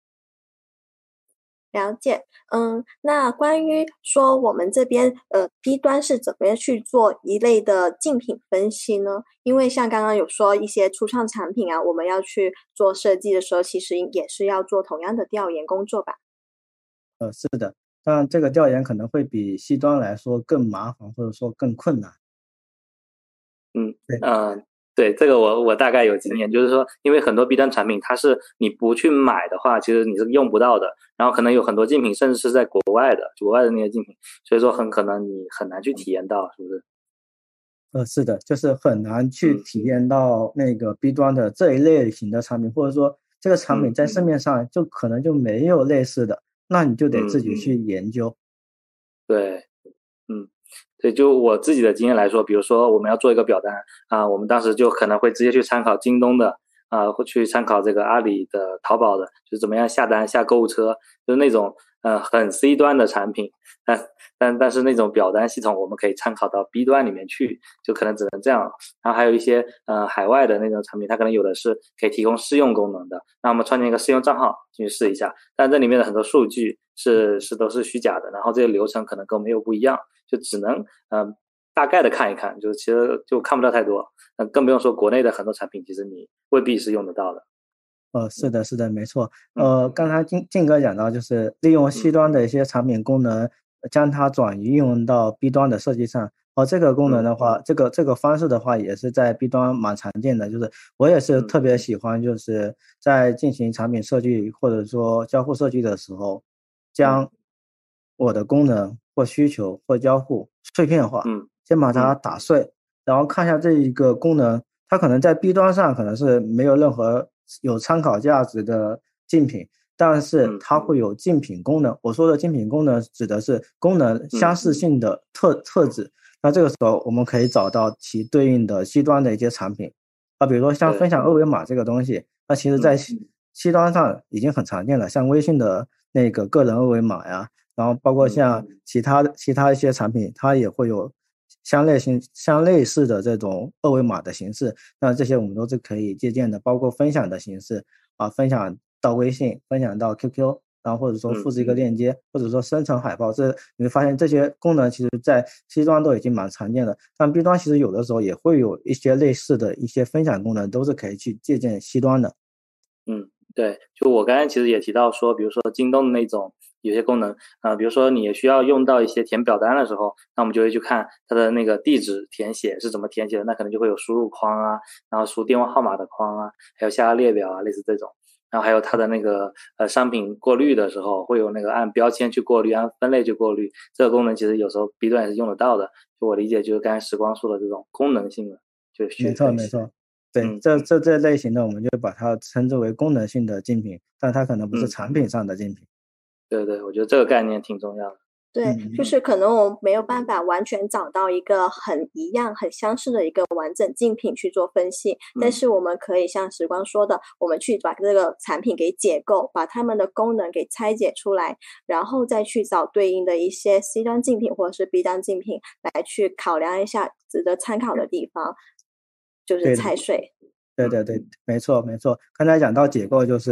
了解。嗯，那关于说我们这边呃 B 端是怎么样去做一类的竞品分析呢？因为像刚刚有说一些初创产品啊，我们要去做设计的时候，其实也是要做同样的调研工作吧？ 呃，是的，但这个调研可能会比 C 端来说更麻烦，或者说更困难。 嗯， 对， 呃，对，这个我我大概有经验，就是说，因为很多 B 端产品，它是你不去买的话，其实你是用不到的。然后可能有很多竞品，甚至是在国外的，国外的那些竞品，所以说很可能你很难去体验到，是不是？ 呃，是的，就是很难去嗯体验到那个 B 端的这一类型的产品，或者说这个产品嗯在市面上就可能就没有类似的，那你就得自嗯己去研究。 对，嗯，对，就我自己的经验来说，比如说我们要做一个表单啊、我们当时就可能会直接去参考京东的啊、会去参考这个阿里的、淘宝的，就是怎么样下单、下购物车，就是那种呃很 C 端的产品，但但但是那种表单系统我们可以参考到 B 端里面去，就可能只能这样。然后还有一些呃海外的那种产品，它可能有的是可以提供试用功能的，那我们创建一个试用账号进去试一下，但这里面的很多数据是是都是虚假的，然后这些流程可能跟我们又不一样，就只能嗯、呃、大概的看一看，就其实就看不到太多，呃，更不用说国内的很多产品，其实你未必是用得到的。 呃，是的，是的，没错。 嗯呃，刚才静静哥讲到，就是利用 C 端的一些产品功能，将它转移应用到 B 端的设计上。而这个功能的话，这个这个方式的话，也是在 B 端蛮常见的。就是我也是特别喜欢，就是在进行产品设计或者说交互设计的时候，将我的功能或需求或交互碎片化， 嗯先把它打碎，然后看一下这一个功能，它可能在 B 端上可能是没有任何有参考价值的竞品，但是它会有竞品功能。我说的竞品功能指的是功能相似性的特特质。那这个时候我们可以找到其对应的 C 端的一些产品啊，比如说像分享二维码这个东西，那其实在 C 端上已经很常见了，像微信的那个个人二维码呀，然后包括像其他的其他一些产品，它也会有相类型相类似的这种二维码的形式，那这些我们都是可以借鉴的，包括分享的形式啊，分享到微信，分享到 Q Q， 然后或者说复制一个链接，或者说生成海报，这你会发现这些功能其实在 C 端都已经蛮常见的，但 B 端其实有的时候也会有一些类似的一些分享功能，都是可以去借鉴 C 端的。 嗯，对，就我刚才其实也提到说，比如说京东的那种有些功能啊、呃，比如说你也需要用到一些填表单的时候，那我们就会去看它的那个地址填写是怎么填写的，那可能就会有输入框啊，然后输电话号码的框啊，还有下拉列表啊，类似这种。然后还有它的那个呃商品过滤的时候，会有那个按标签去过滤，按分类去过滤，这个功能其实有时候 B 端也是用得到的。就我理解，就是刚才时光说的这种功能性的，就没错没错。对， 嗯、 这这这类型的我们就把它称之为功能性的竞品，但它可能不是产品上的竞品。 嗯、对对，我觉得这个概念挺重要的。 对，就是可能我们没有办法完全找到一个很一样、很相似的一个完整竞品去做分析， 嗯、 但是我们可以像时光说的，我们去把这个产品给解构，把它们的功能给拆解出来，然后再去找对应的一些 C 端竞品或者是 B 端竞品来去考量一下值得参考的地方，就是拆碎。 对对对，没错没错。刚才讲到解构，就是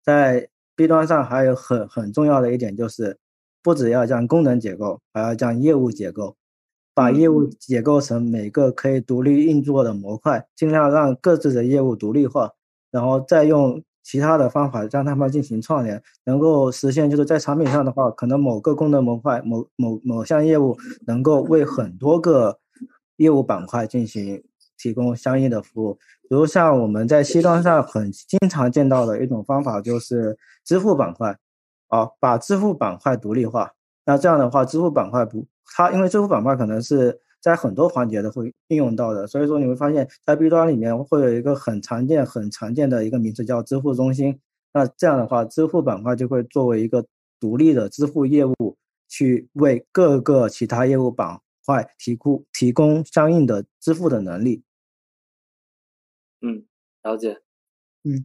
在 B 端上还有很很重要的一点就是，不只要讲功能结构，还要讲业务结构，把业务结构成每个可以独立运作的模块，尽量让各自的业务独立化，然后再用其他的方法让它们进行串联，能够实现就是在产品上的话，可能某个功能模块某某某项业务能够为很多个业务板块进行提供相应的服务。比如像我们在 C 端上很经常见到的一种方法就是支付板块啊，把支付板块独立化。那这样的话，支付板块不，它因为支付板块可能是在很多环节都会应用到的，所以说你会发现在 B 端里面会有一个很常见很常见的一个名词叫支付中心。那这样的话，支付板块就会作为一个独立的支付业务，去为各个其他业务板块提供提供相应的支付的能力。 嗯，了解。 嗯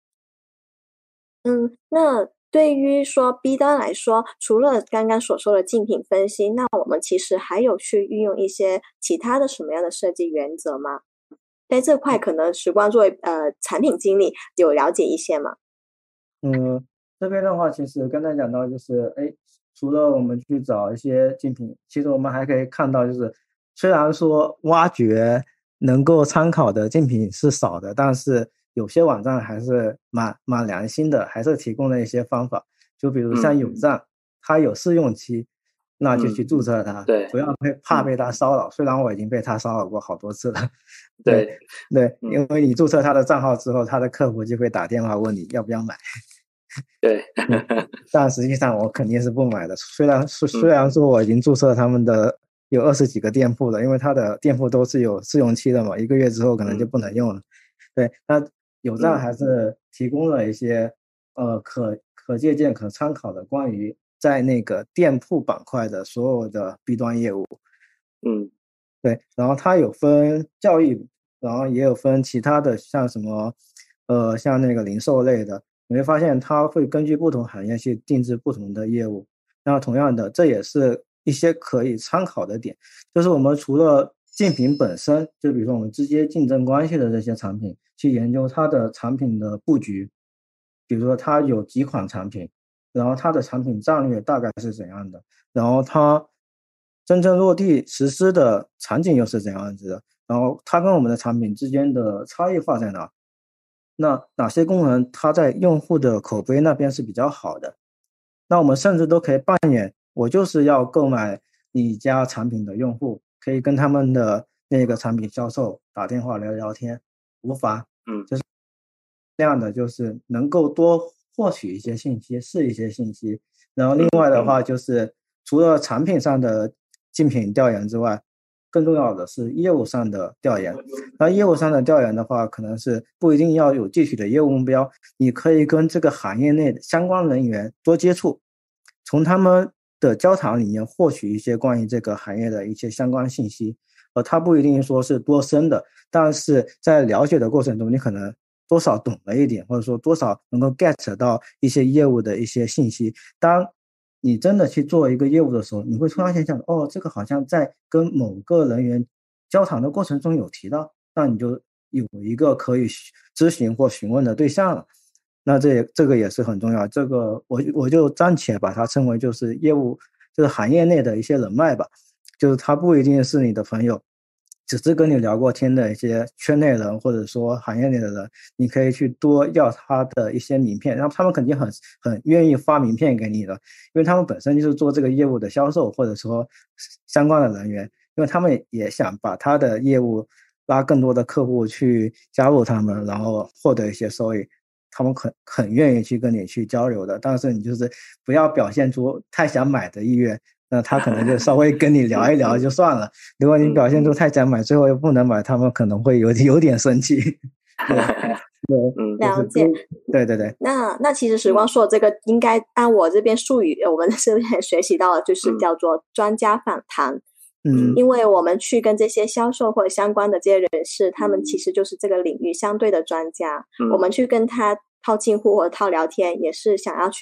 嗯，那对于说 B 端来说，除了刚刚所说的竞品分析，那我们其实还有去运用一些其他的什么样的设计原则吗？在这块可能时光作为呃产品经理有了解一些吗？ 嗯，这边的话，其实刚才讲到就是，哎，除了我们去找一些竞品，其实我们还可以看到，就是虽然说挖掘能够参考的竞品是少的，但是有些网站还是蛮蛮良心的，还是提供了一些方法。就比如像有站，嗯、它有试用期，那就去注册它， 嗯、对， 不要被怕被它骚扰。嗯、虽然我已经被它骚扰过好多次了。 对对，对，因为你注册他的账号之后，他的客服就会打电话问你要不要买。 对， 但实际上我肯定是不买的。虽然虽然说我已经注册他们的有二十几个店铺了，因为他的店铺都是有试用期的嘛，一个月之后可能就不能用了。对，那有站还是提供了一些呃可可借鉴、可参考的关于在那个店铺板块的所有的 B 端业务。 嗯。 对，然后它有分教育，然后也有分其他的，像什么，呃，像那个零售类的，你会发现它会根据不同行业去定制不同的业务。那同样的，这也是一些可以参考的点，就是我们除了竞品本身，就比如说我们直接竞争关系的这些产品，去研究它的产品的布局，比如说它有几款产品，然后它的产品战略大概是怎样的，然后它真正落地实施的场景又是怎样子的？然后它跟我们的产品之间的差异化在哪？那哪些功能它在用户的口碑那边是比较好的？那我们甚至都可以扮演，我就是要购买你家产品的用户，可以跟他们的那个产品销售打电话聊聊天，无妨， 嗯， 就是这样的，就是能够多获取一些信息，试一些信息。然后另外的话就是，除了产品上的竞品调研之外，更重要的是业务上的调研。那业务上的调研的话，可能是不一定要有具体的业务目标，你可以跟这个行业内的相关人员多接触，从他们的交谈里面获取一些关于这个行业的一些相关信息。呃，它不一定说是多深的，但是在了解的过程中，你可能多少懂了一点，或者说多少能够 get 到一些业务的一些信息。当你真的去做一个业务的时候，你会突然间想，哦，这个好像在跟某个人员交谈的过程中有提到，那你就有一个可以咨询或询问的对象了。那这也这个也是很重要，这个我我就暂且把它称为就是业务，就是行业内的一些人脉吧，就是他不一定是你的朋友，只是跟你聊过天的一些圈内人或者说行业内的人，你可以去多要他的一些名片，然后他们肯定很很愿意发名片给你的，因为他们本身就是做这个业务的销售或者说相关的人员，因为他们也想把他的业务拉更多的客户去加入他们，然后获得一些收益，他们很很愿意去跟你去交流的，但是你就是不要表现出太想买的意愿，那他可能就稍微跟你聊一聊就算了。如果你表现出太想买，最后又不能买，他们可能会有有点生气。对， 对，了解。 对对对。 那那其实时光说的这个，应该按我这边术语，我们这边学习到的就是叫做专家访谈。 嗯， 因为我们去跟这些销售或者相关的这些人士，他们其实就是这个领域相对的专家。 嗯、 我们去跟他套近乎或者套聊天，也是想要去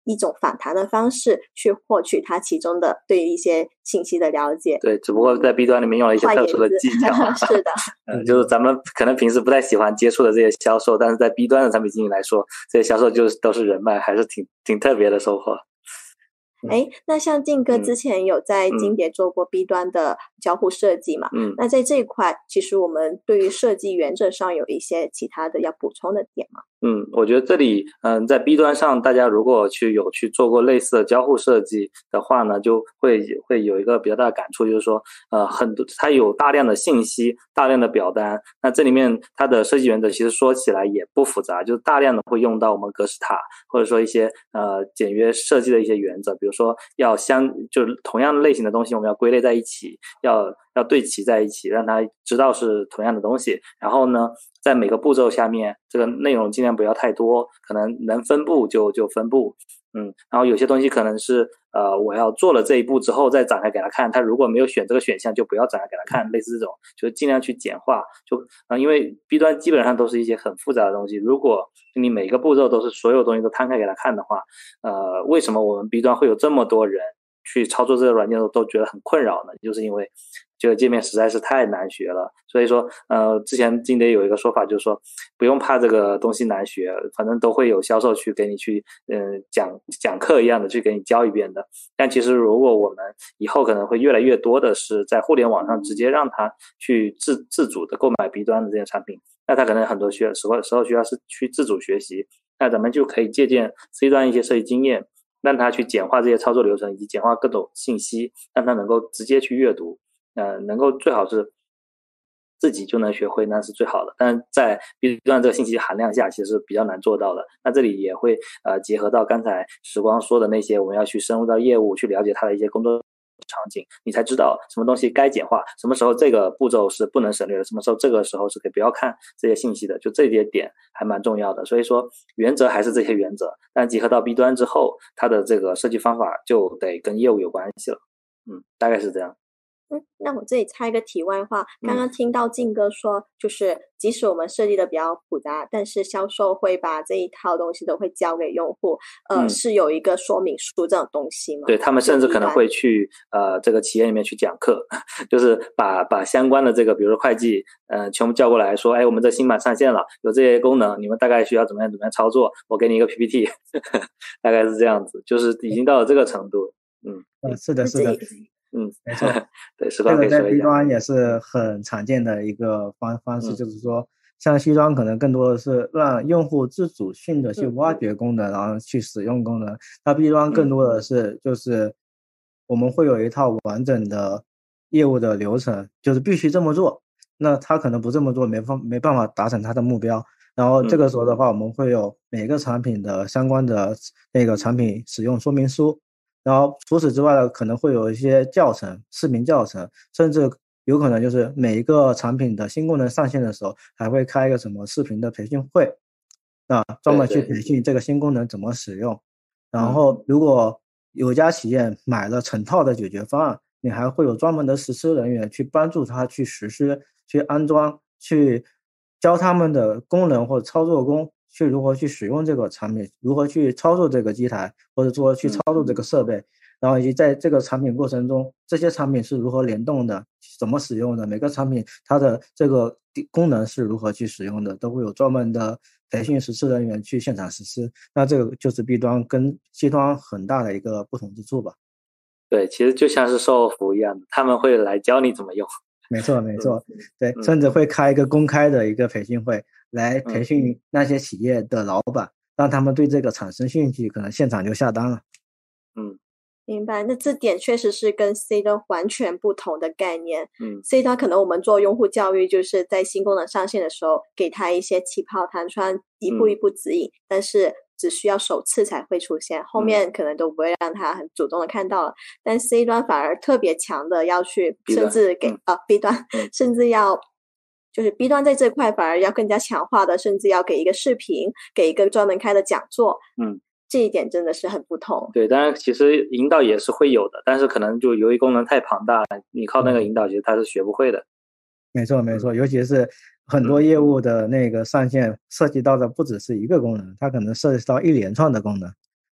一种访谈的方式去获取它其中的对于一些信息的了解。 对，只不过在 B 端里面用了一些特殊的技巧。 是的， 嗯，就是咱们可能平时不太喜欢接触的这些销售，但是在 B 端的产品经理来说，这些销售就是都是人脉，还是挺挺特别的收获。 哎，那像靖哥之前有在金蝶做过 B 端的交互设计嘛？ 嗯， 那在这一块，其实我们对于设计原则上有一些其他的要补充的点吗？ 嗯，我觉得这里，嗯，在 B 端上，大家如果去有去做过类似的交互设计的话呢，就会会有一个比较大的感触，就是说，呃，很多它有大量的信息，大量的表单，那这里面它的设计原则其实说起来也不复杂，就是大量的会用到我们格式塔，或者说一些呃简约设计的一些原则，比如说要相就是同样类型的东西，我们要归类在一起，要要对齐在一起，让它知道是同样的东西，然后呢，在每个步骤下面，这个内容尽量不要太多，可能能分布就就分布，嗯，然后有些东西可能是呃我要做了这一步之后再展开给他看，他如果没有选这个选项就不要展开给他看，类似这种，就是尽量去简化，就呃因为 B 端基本上都是一些很复杂的东西，如果你每个步骤都是所有东西都摊开给他看的话，呃，为什么我们 B 端会有这么多人去操作这个软件都都觉得很困扰呢？就是因为这个界面实在是太难学了，所以说呃，之前金蝶有一个说法，就是说不用怕这个东西难学，反正都会有销售去给你去嗯、呃、讲讲课一样的去给你教一遍的。但其实如果我们以后可能会越来越多的是在互联网上直接让他去自自主的购买 B 端的这些产品，那他可能很多需要时候时候需要是去自主学习，那咱们就可以借鉴 C 端一些设计经验，让他去简化这些操作流程以及简化各种信息，让他能够直接去阅读，呃，能够最好是自己就能学会，那是最好的。但是在 B 端这个信息含量下，其实比较难做到的。那这里也会呃结合到刚才时光说的那些，我们要去深入到业务，去了解它的一些工作场景，你才知道什么东西该简化，什么时候这个步骤是不能省略的，什么时候这个时候是可以不要看这些信息的，就这些点还蛮重要的。所以说原则还是这些原则，但结合到 B 端之后，它的这个设计方法就得跟业务有关系了。嗯，大概是这样。 嗯，那我这里插一个题外话，刚刚听到靖哥说，就是即使我们设计的比较复杂，但是销售会把这一套东西都会交给用户，呃，嗯、是有一个说明书这种东西吗？ 对，他们甚至可能会去呃这个企业里面去讲课，就是把把相关的这个，比如说会计，呃，全部叫过来说，哎，我们这新版上线了，有这些功能，你们大概需要怎么样怎么样操作，我给你一个 P P T， 大概是这样子，就是已经到了这个程度。嗯， 嗯，是的，是的。 嗯， 没错， 对， 这个在 B 端也是很常见的一个方方式， 嗯、 就是说，像 C 端可能更多的是让用户自主性的去挖掘功能，嗯、然后去使用功能。那 B 端更多的是，就是我们会有一套完整的业务的流程，就是必须这么做。那他可能不这么做，没方没办法达成他的目标。然后这个时候的话，我们会有每个产品的相关的那个产品使用说明书。然后除此之外呢，可能会有一些教程、视频教程，甚至有可能就是每一个产品的新功能上线的时候，还会开一个什么视频的培训会，啊，专门去培训这个新功能怎么使用。然后如果有家企业买了成套的解决方案，你还会有专门的实施人员去帮助他去实施、去安装、去教他们的功能或者操作工。去如何去使用这个产品，如何去操作这个机台，或者说去操作这个设备，嗯、然后以及在这个产品过程中，这些产品是如何联动的，怎么使用的，每个产品它的这个功能是如何去使用的，都会有专门的培训实施人员去现场实施。那这个就是 B 端跟 C 端很大的一个不同之处吧。 对，其实就像是售后服一样的，他们会来教你怎么用。 没错没错，对，甚至会开一个公开的一个培训会来培训那些企业的老板，让他们对这个产生兴趣，可能现场就下单了。 嗯， 明白。那这点确实是跟 C 端完全不同的概念。 嗯 ，C 端可能我们做用户教育，就是在新功能上线的时候，给他一些起跑弹窗，一步一步指引，嗯、但是只需要首次才会出现，后面可能都不会让他很主动的看到了。嗯、但 C 端反而特别强的要去，甚至给、嗯、啊 B 端，嗯、甚至要就是 B 端在这块反而要更加强化的，甚至要给一个视频，给一个专门开的讲座。 嗯， 这一点真的是很不同。 对，当然其实引导也是会有的，但是可能就由于功能太庞大，你靠那个引导其实他是学不会的。 没错没错，尤其是很多业务的那个上线涉及到的不只是一个功能，它可能涉及到一连串的功能。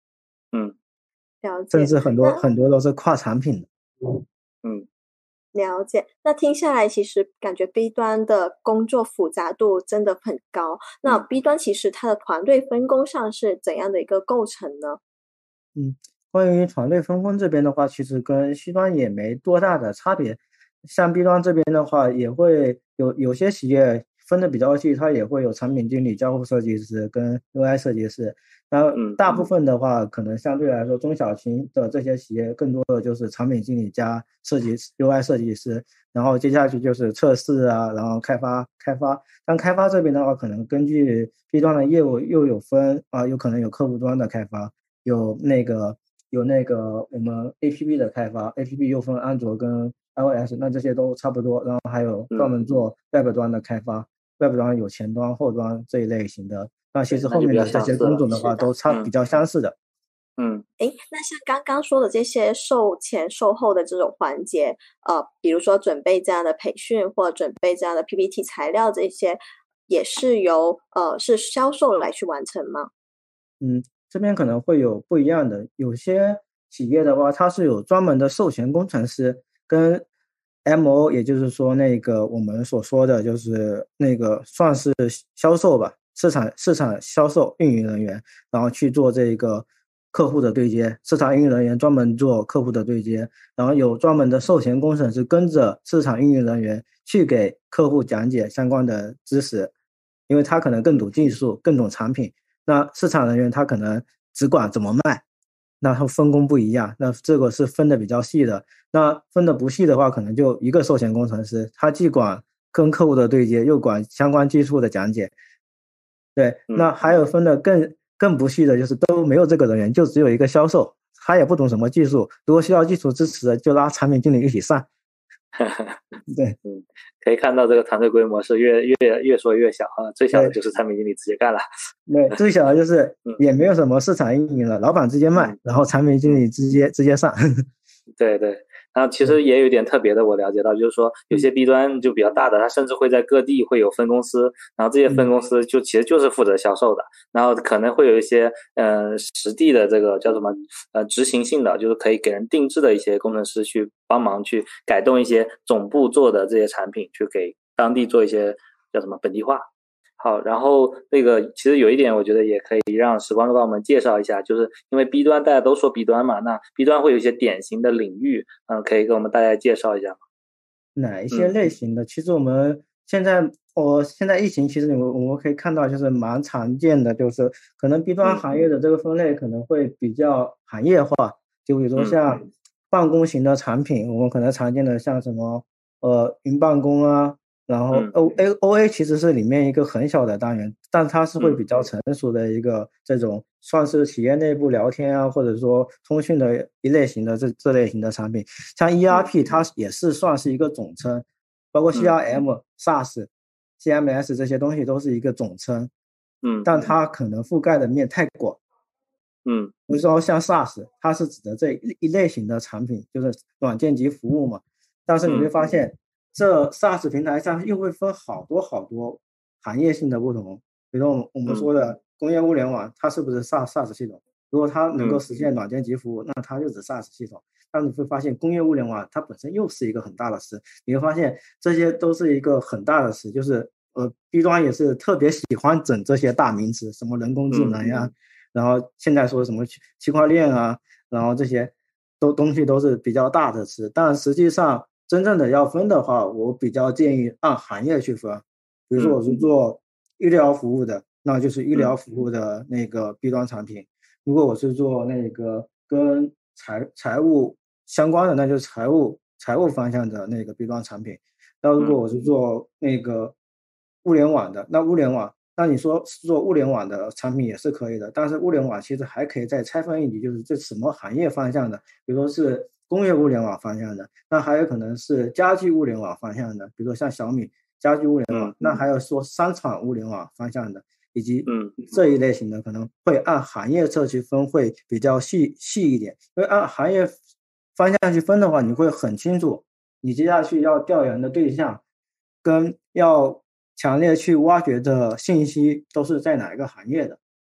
嗯， 了解。 甚至很多那很多都是跨产品的。 嗯， 了解。那听下来，其实感觉 B 端的工作复杂度真的很高。那 B 端其实它的团队分工上是怎样的一个构成呢？ 嗯，关于团队分工这边的话，其实跟 C 端也没多大的差别。像 B 端这边的话，也会有有些企业分的比较细，它也会有产品经理、交互设计师跟 U I 设计师。然后大部分的话，可能相对来说中小型的这些企业，更多的就是产品经理加设计 U I 设计师，然后接下去就是测试啊，然后开发开发。但开发这边的话，可能根据 B 端的业务又有分啊，有可能有客户端的开发。有那个有那个我们 A P P 的开发 ，A P P 又分安卓跟 iOS， 那这些都差不多。然后还有专门做 Web 端的开发、嗯、，Web 端有前端、后端这一类型的。那其实后面的这些工种的话，都差比较相似的。 嗯， 诶，那像刚刚说的这些售前售后的这种环节，呃，比如说准备这样的培训或准备这样的 P P T 材料，这些也是由呃是销售来去完成吗？ 嗯。这边可能会有不一样的，有些企业的话，它是有专门的授权工程师跟 M O， 也就是说那个我们所说的就是那个算是销售吧，市场市场销售运营人员，然后去做这个客户的对接，市场运营人员专门做客户的对接，然后有专门的授权工程师跟着市场运营人员去给客户讲解相关的知识，因为他可能更懂技术，更懂产品。那市场人员他可能只管怎么卖，那他分工不一样，那这个是分的比较细的。那分的不细的话，可能就一个授权工程师，他既管跟客户的对接，又管相关技术的讲解。对，那还有分的更更不细的，就是都没有这个人员，就只有一个销售，他也不懂什么技术，如果需要技术支持的，就拉产品经理一起上。对， 嗯，可以看到这个团队规模是越越越缩越小啊，最小的就是产品经理直接干了。 对，最小的就是也没有什么市场运营了，老板直接卖，然后产品经理直接直接上。 对对，然后其实也有一点特别的，我了解到就是说有些 B 端就比较大的，它甚至会在各地会有分公司，然后这些分公司就其实就是负责销售的，然后可能会有一些呃实地的这个叫什么呃执行性的，就是可以给人定制的一些工程师去帮忙去改动一些总部做的这些产品，去给当地做一些叫什么本地化。好，然后那个其实有一点我觉得也可以让时光帮我们介绍一下，就是因为 B 端大家都说 B 端嘛，那 B 端会有一些典型的领域，嗯，可以给我们大家介绍一下吗？ 哪一些类型的？嗯、其实我们现在，我、哦、现在疫情其实我我们可以看到，就是蛮常见的，就是可能 B 端行业的这个分类可能会比较行业化，嗯、就比如说像办公型的产品，嗯、我们可能常见的像什么呃云办公啊。然后 O A O A 其实是里面一个很小的单元，但它是会比较成熟的一个这种算是企业内部聊天啊，或者说通讯的一类型的这这类型的产品。像 E R P 它也是算是一个总称，包括 C R M、SaaS、C M S 这些东西都是一个总称， 嗯， 但它可能覆盖的面太广， 嗯， 比如说像 SaaS， 它是指的这一类型的产品，就是软件及服务嘛，但是你会发现。这 SaaS 平台上又会分好多好多行业性的不同，比如说我们说的工业物联网，它是不是 SaaS SaaS 系统？如果它能够实现软件及服务，那它就是 SaaS 系统。但你会发现工业物联网它本身又是一个很大的词，你会发现这些都是一个很大的词，就是呃 B 端也是特别喜欢整这些大名词，什么人工智能呀、啊，然后现在说什么区块链啊，然后这些都东西都是比较大的词，但实际上。真正的要分的话，我比较建议按行业去分。比如说我是做医疗服务的，那就是医疗服务的那个 B 端产品；如果我是做那个跟财财务相关的，那就是财务财务方向的那个 B 端产品。那如果我是做那个物联网的，那物联网，那你说是做物联网的产品也是可以的，但是物联网其实还可以再拆分一级，就是这什么行业方向的，比如说是。工业物联网方向的，那还有可能是家居物联网方向的，比如说像小米家居物联网，嗯、那还有说商场物联网方向的，以及这一类型的可能会按行业侧去分，会比较细细一点。因为按行业方向去分的话，你会很清楚你接下去要调研的对象跟要强烈去挖掘的信息都是在哪一个行业的。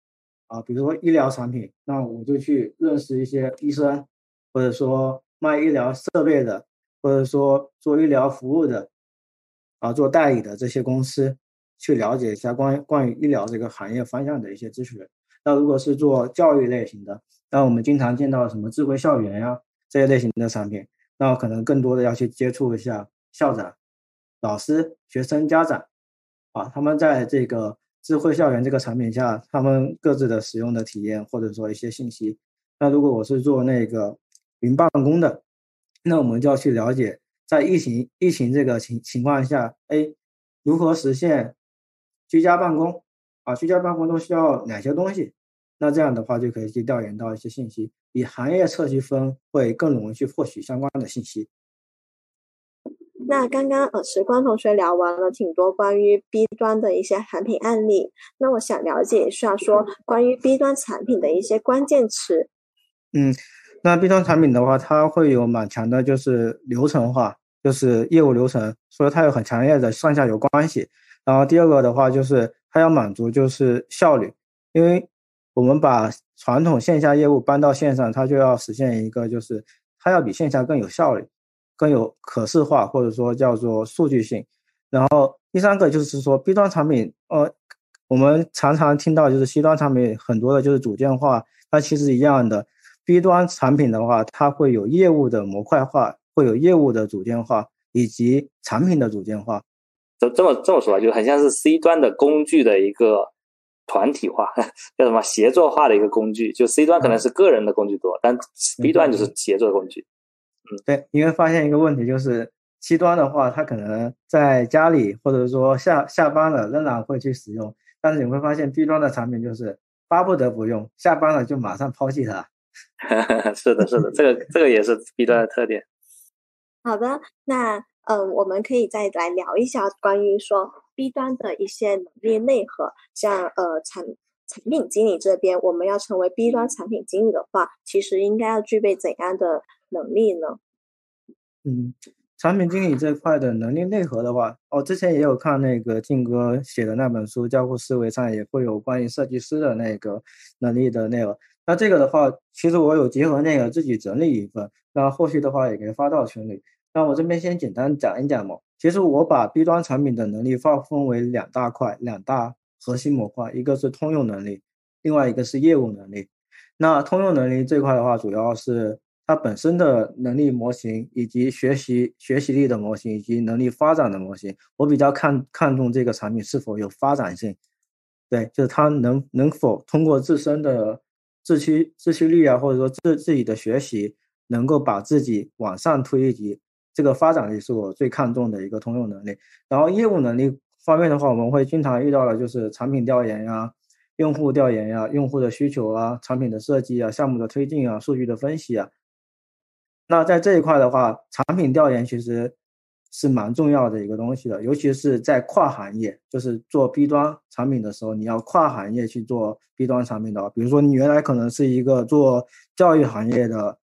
啊，比如说医疗产品，那我就去认识一些医生，或者说卖医疗设备的，或者说做医疗服务的，啊，做代理的这些公司，去了解一下关于关于医疗这个行业方向的一些知识。那如果是做教育类型的，那我们经常见到什么智慧校园呀、这些类型的产品，那可能更多的要去接触一下校长、老师、学生、家长，啊，他们在这个智慧校园这个产品下，他们各自的使用的体验或者说一些信息。那如果我是做那个云办公的，那我们就要去了解在疫情疫情这个情情况下，哎，如何实现居家办公啊？居家办公都需要哪些东西？那这样的话就可以去调研到一些信息，以行业侧细分会更容易去获取相关的信息。 那刚刚呃，时光同学聊完了挺多关于 B 端的一些产品案例，那我想了解一下说关于 B 端产品的一些关键词。 嗯，那 B 端产品的话，它会有蛮强的就是流程化，就是业务流程，所以它有很强烈的上下游关系。然后第二个的话就是它要满足就是效率，因为我们把传统线下业务搬到线上，它就要实现一个就是它要比线下更有效率，更有可视化，或者说叫做数据性。然后第三个就是说 B 端产品，呃，我们常常听到就是 C 端产品很多的就是组件化，它其实一样的。B 端产品的话，它会有业务的模块化，会有业务的组件化，以及产品的组件化。 这这么这么说吧，就很像是 C 端的工具的一个团体化，叫什么协作化的一个工具。就 C 端可能是个人的工具多，但 B 端就是协作的工具。 嗯，对，你会发现一个问题，就是 C 端的话，它可能在家里或者说下下班了仍然会去使用，但是你会发现 B 端的产品就是巴不得不用，下班了就马上抛弃它。 是的，是的，这个这个也是 B 端的特点。 好的，那嗯、呃，我们可以再来聊一下关于说 B 端的一些能力内核，像呃产产品经理这边，我们要成为 B 端产品经理的话，其实应该要具备怎样的能力呢？ 嗯，产品经理这块的能力内核的话，哦，之前也有看那个靖哥写的那本书《交互思维》上也会有关于设计师的那个能力的内容。那这个的话，其实我有结合那个自己整理一份，那后续的话也可以发到群里。那我这边先简单讲一讲嘛。其实我把 B 端产品的能力划分为两大块，两大核心模块，一个是通用能力，另外一个是业务能力。那通用能力这块的话，主要是它本身的能力模型，以及学习学习力的模型，以及能力发展的模型。我比较看看重这个产品是否有发展性，对，就是它能能否通过自身的自驱自驱力啊，或者说自自己的学习，能够把自己往上推一级。这个发展力是我最看重的一个通用能力。然后业务能力方面的话，我们会经常遇到的就是产品调研呀、用户调研呀、用户的需求啊、产品的设计啊、项目的推进啊、数据的分析啊。那在这一块的话，产品调研其实是蛮重要的一个东西的，尤其是在跨行业，就是做 B 端产品的时候，你要跨行业去做 B 端产品的话，比如说你原来可能是一个做教育行业的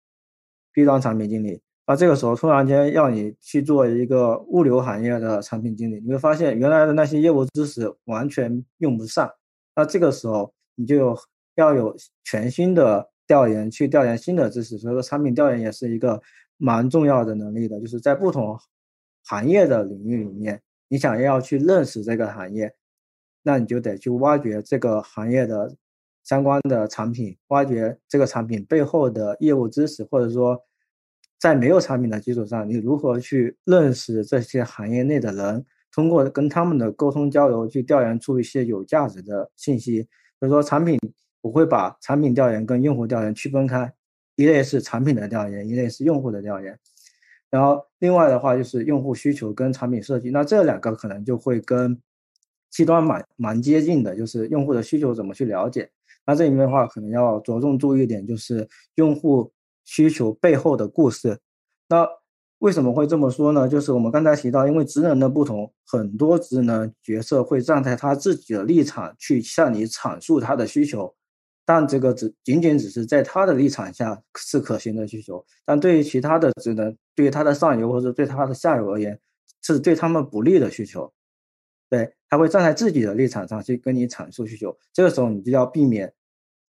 B 端产品经理，那这个时候突然间要你去做一个物流行业的产品经理，你会发现原来的那些业务知识完全用不上，那这个时候你就有要有全新的调研去调研新的知识，所以说产品调研也是一个蛮重要的能力的，就是在不同行业的领域里面，你想要去认识这个行业，那你就得去挖掘这个行业的相关的产品，挖掘这个产品背后的业务知识，或者说在没有产品的基础上，你如何去认识这些行业内的人，通过跟他们的沟通交流去调研出一些有价值的信息。所以说产品我会把产品调研跟用户调研区分开，一类是产品的调研，一类是用户的调研。然后另外的话就是用户需求跟产品设计，那这两个可能就会跟C端蛮蛮接近的，就是用户的需求怎么去了解。那这里面的话可能要着重注意一点，就是用户需求背后的故事。那为什么会这么说呢？就是我们刚才提到，因为职能的不同，很多职能角色会站在他自己的立场去向你阐述他的需求，但这个只仅仅只是在他的立场下是可行的需求，但对于其他的职能，对于他的上游或者对他的下游而言，是对他们不利的需求。对，他会站在自己的立场上去跟你阐述需求，这个时候你就要避免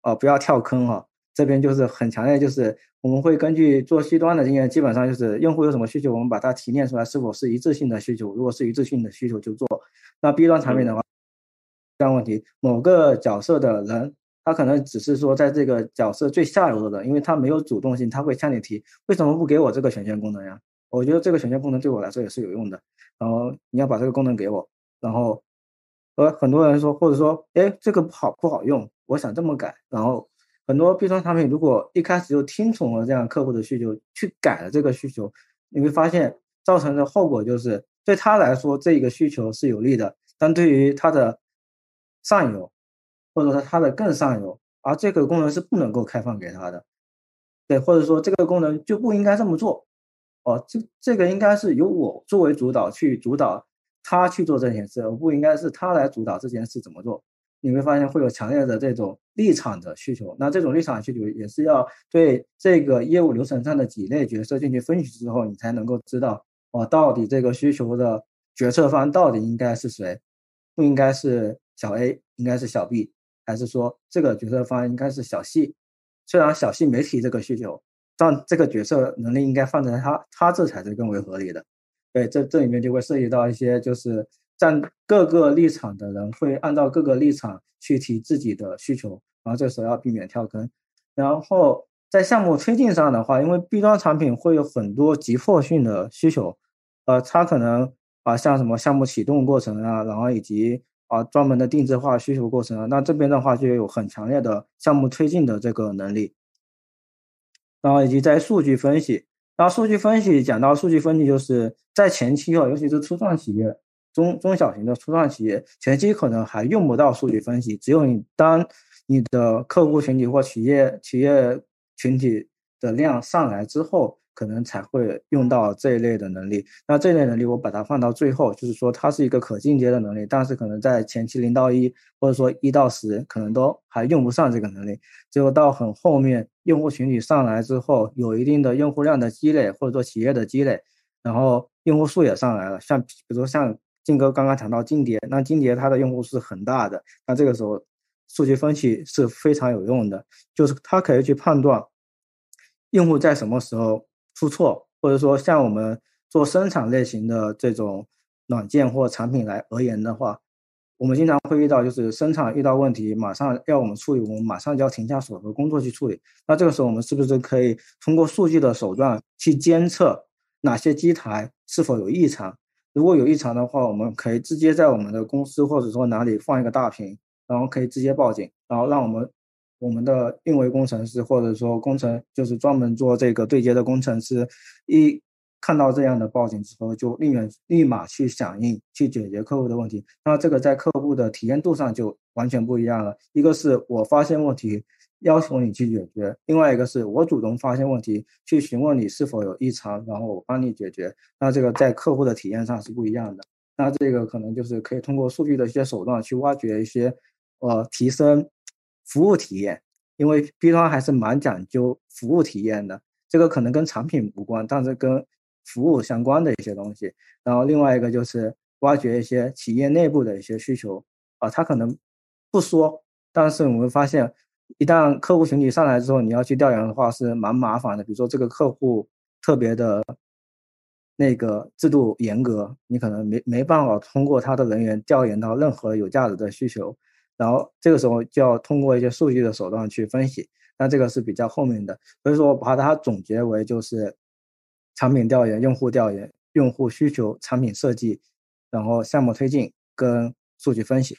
呃不要跳坑哈。这边就是很强烈，就是我们会根据做 C 端的经验，基本上就是用户有什么需求，我们把它提炼出来是否是一致性的需求，如果是一致性的需求就做。那 B 端产品的话，这样问题，某个角色的人他可能只是说在这个角色最下游的人，因为他没有主动性，他会向你提为什么不给我这个权限功能呀？我觉得这个权限功能对我来说也是有用的，然后你要把这个功能给我，然后呃很多人说或者说哎这个不好不好用，我想这么改，然后很多 B 端产品如果一开始就听从了这样客户的需求去改了这个需求，你会发现造成的后果就是对他来说这个需求是有利的，但对于他的上游或者说他的更上游，而这个功能是不能够开放给他的，对，或者说这个功能就不应该这么做，哦，这这个应该是由我作为主导去主导他去做这件事，而不应该是他来主导这件事怎么做。你会发现会有强烈的这种立场的需求，那这种立场需求也是要对这个业务流程上的几类角色进去分析之后，你才能够知道哦，到底这个需求的决策方到底应该是谁，不应该是小 A， 应该是小 B， 还是说这个决策方应该是小 C。 虽然小 C 没提这个需求，但这个决策能力应该放在他他这才是更为合理的。对，这这里面就会涉及到一些就是站各个立场的人会按照各个立场去提自己的需求，然后这时候要避免跳坑。然后在项目推进上的话，因为 B 端产品会有很多急迫性的需求，呃，它可能啊像什么项目启动过程啊，然后以及啊专门的定制化需求过程啊，那这边的话就有很强烈的项目推进的这个能力，然后以及在数据分析。然后数据分析讲到数据分析，就是在前期哦，尤其是初创企业、中中小型的初创企业，前期可能还用不到数据分析，只有你当你的客户群体或企业企业群体的量上来之后，可能才会用到这一类的能力。那这一类能力我把它放到最后，就是说它是一个可进阶的能力，但是可能在前期零到一或者说一到十可能都还用不上这个能力，只有到很后面用户群体上来之后，有一定的用户量的积累或者说企业的积累，然后用户数也上来了，像比如说像靖哥刚刚谈到金蝶，那金蝶它的用户是很大的，那这个时候数据分析是非常有用的，就是它可以去判断用户在什么时候出错，或者说像我们做生产类型的这种软件或产品来而言的话，我们经常会遇到就是生产遇到问题马上要我们处理，我们马上就要停下手头工作去处理，那这个时候我们是不是可以通过数据的手段去监测哪些机台是否有异常，如果有异常的话，我们可以直接在我们的公司或者说哪里放一个大屏，然后可以直接报警，然后让我们我们的运维工程师或者说工程就是专门做这个对接的工程师，一看到这样的报警之后就立马立马去响应去解决客户的问题。那这个在客户的体验度上就完全不一样了，一个是我发现问题要求你去解决，另外一个是我主动发现问题去询问你是否有异常，然后我帮你解决，那这个在客户的体验上是不一样的。那这个可能就是可以通过数据的一些手段去挖掘一些呃提升服务体验，因为 B 端还是蛮讲究服务体验的，这个可能跟产品无关，但是跟服务相关的一些东西。然后另外一个就是挖掘一些企业内部的一些需求啊，他可能不说，但是我们发现一旦客户群体上来之后，你要去调研的话是蛮麻烦的。比如说这个客户特别的那个制度严格，你可能没没办法通过他的人员调研到任何有价值的需求，然后这个时候就要通过一些数据的手段去分析，那这个是比较后面的。所以说我把它总结为就是产品调研、用户调研、用户需求、产品设计，然后项目推进跟数据分析。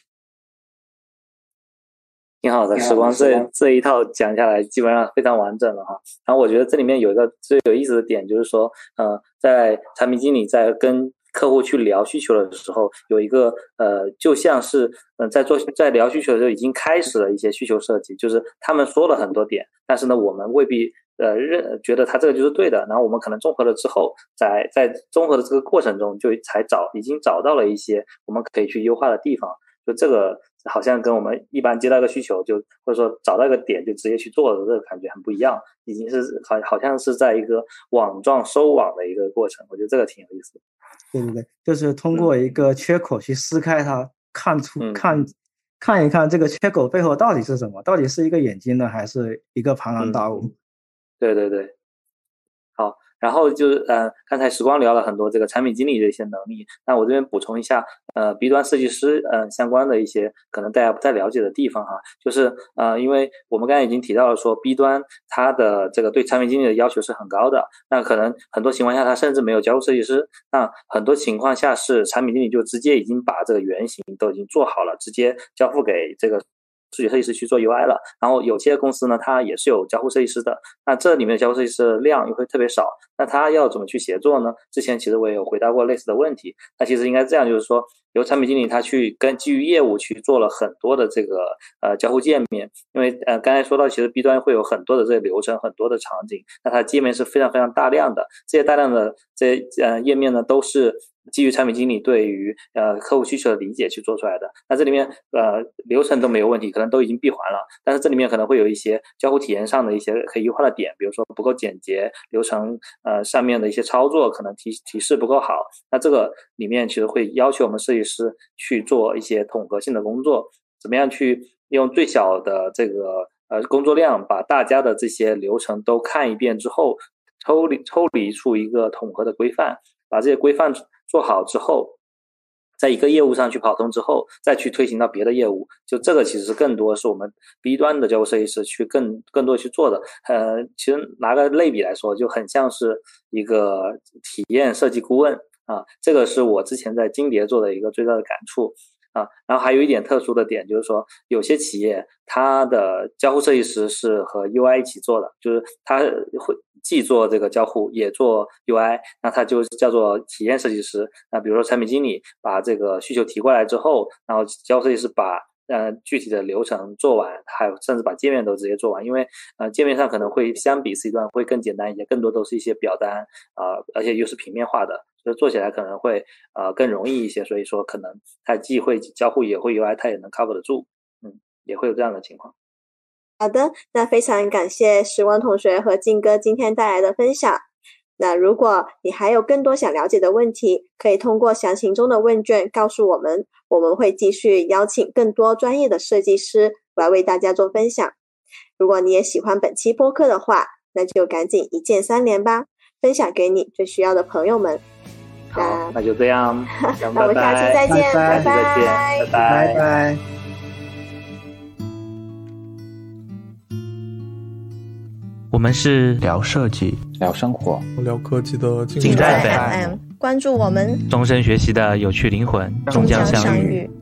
挺好的，时光这这一套讲下来基本上非常完整了哈。然后我觉得这里面有一个最有意思的点，就是说呃在产品经理在跟客户去聊需求的时候，有一个呃就像是呃在做在聊需求的时候已经开始了一些需求设计，就是他们说了很多点，但是呢我们未必呃认觉得他这个就是对的，然后我们可能综合了之后，在在综合的这个过程中就才找已经找到了一些我们可以去优化的地方。就这个好像跟我们一般接到一个需求就或者说找到一个点就直接去做的这个感觉很不一样，已经是好好像是在一个网状收网的一个过程，我觉得这个挺有意思的。 对对对，就是通过一个缺口去撕开它，看出、嗯、看看一看这个切口背后到底是什么，到底是一个眼睛呢，还是一个庞然大物？ 嗯、对对对，好。然后就是呃，刚才时光聊了很多这个产品经理的一些能力，那我这边补充一下，呃 ，B 端设计师呃相关的一些可能大家不太了解的地方哈，就是呃，因为我们刚才已经提到了说 B 端它的这个对产品经理的要求是很高的，那可能很多情况下它甚至没有交互设计师，那很多情况下是产品经理就直接已经把这个原型都已经做好了，直接交付给这个视觉设计师去做 U I 了，然后有些公司呢，它也是有交互设计师的，那这里面的交互设计师的量又会特别少，那他要怎么去协作呢？之前其实我也有回答过类似的问题，那其实应该这样，就是说由产品经理他去跟基于业务去做了很多的这个呃交互界面，因为呃刚才说到其实 B 端会有很多的这个流程，很多的场景，那它界面是非常非常大量的，这些大量的这些呃页面呢都是基于产品经理对于呃客户需求的理解去做出来的，那这里面呃流程都没有问题，可能都已经闭环了，但是这里面可能会有一些交互体验上的一些可以优化的点，比如说不够简洁，流程呃上面的一些操作可能提提示不够好，那这个里面其实会要求我们设计师去做一些统合性的工作，怎么样去用最小的这个呃工作量把大家的这些流程都看一遍之后，抽离抽离出一个统合的规范，把这些规范做好之后，在一个业务上去跑通之后，再去推行到别的业务，就这个其实更多是我们 B 端的交互设计师去更更多去做的。呃，其实拿个类比来说，就很像是一个体验设计顾问啊，这个是我之前在金蝶做的一个最大的感触。啊，然后还有一点特殊的点就是说，有些企业它的交互设计师是和 U I 一起做的，就是他会既做这个交互也做 U I， 那他就叫做体验设计师。那比如说产品经理把这个需求提过来之后，然后交互设计师把呃具体的流程做完，还有甚至把界面都直接做完，因为呃界面上可能会相比 C 端会更简单一些，更多都是一些表单啊、呃，而且又是平面化的。所以做起来可能会呃更容易一些，所以说可能它既会交互也会 U I， 它也能 cover 得住，嗯，也会有这样的情况。 好的，那非常感谢时光同学和靖哥今天带来的分享。那如果你还有更多想了解的问题，可以通过详情中的问卷告诉我们，我们会继续邀请更多专业的设计师来为大家做分享。如果你也喜欢本期播客的话，那就赶紧一键三连吧，分享给你最需要的朋友们。 好，那就这样， 那我们下期再见，拜拜， 再见，拜拜， 拜拜。 我们是聊设计， 聊生活， 聊科技的近代 F M， 关注我们， 终身学习的有趣灵魂终将相遇。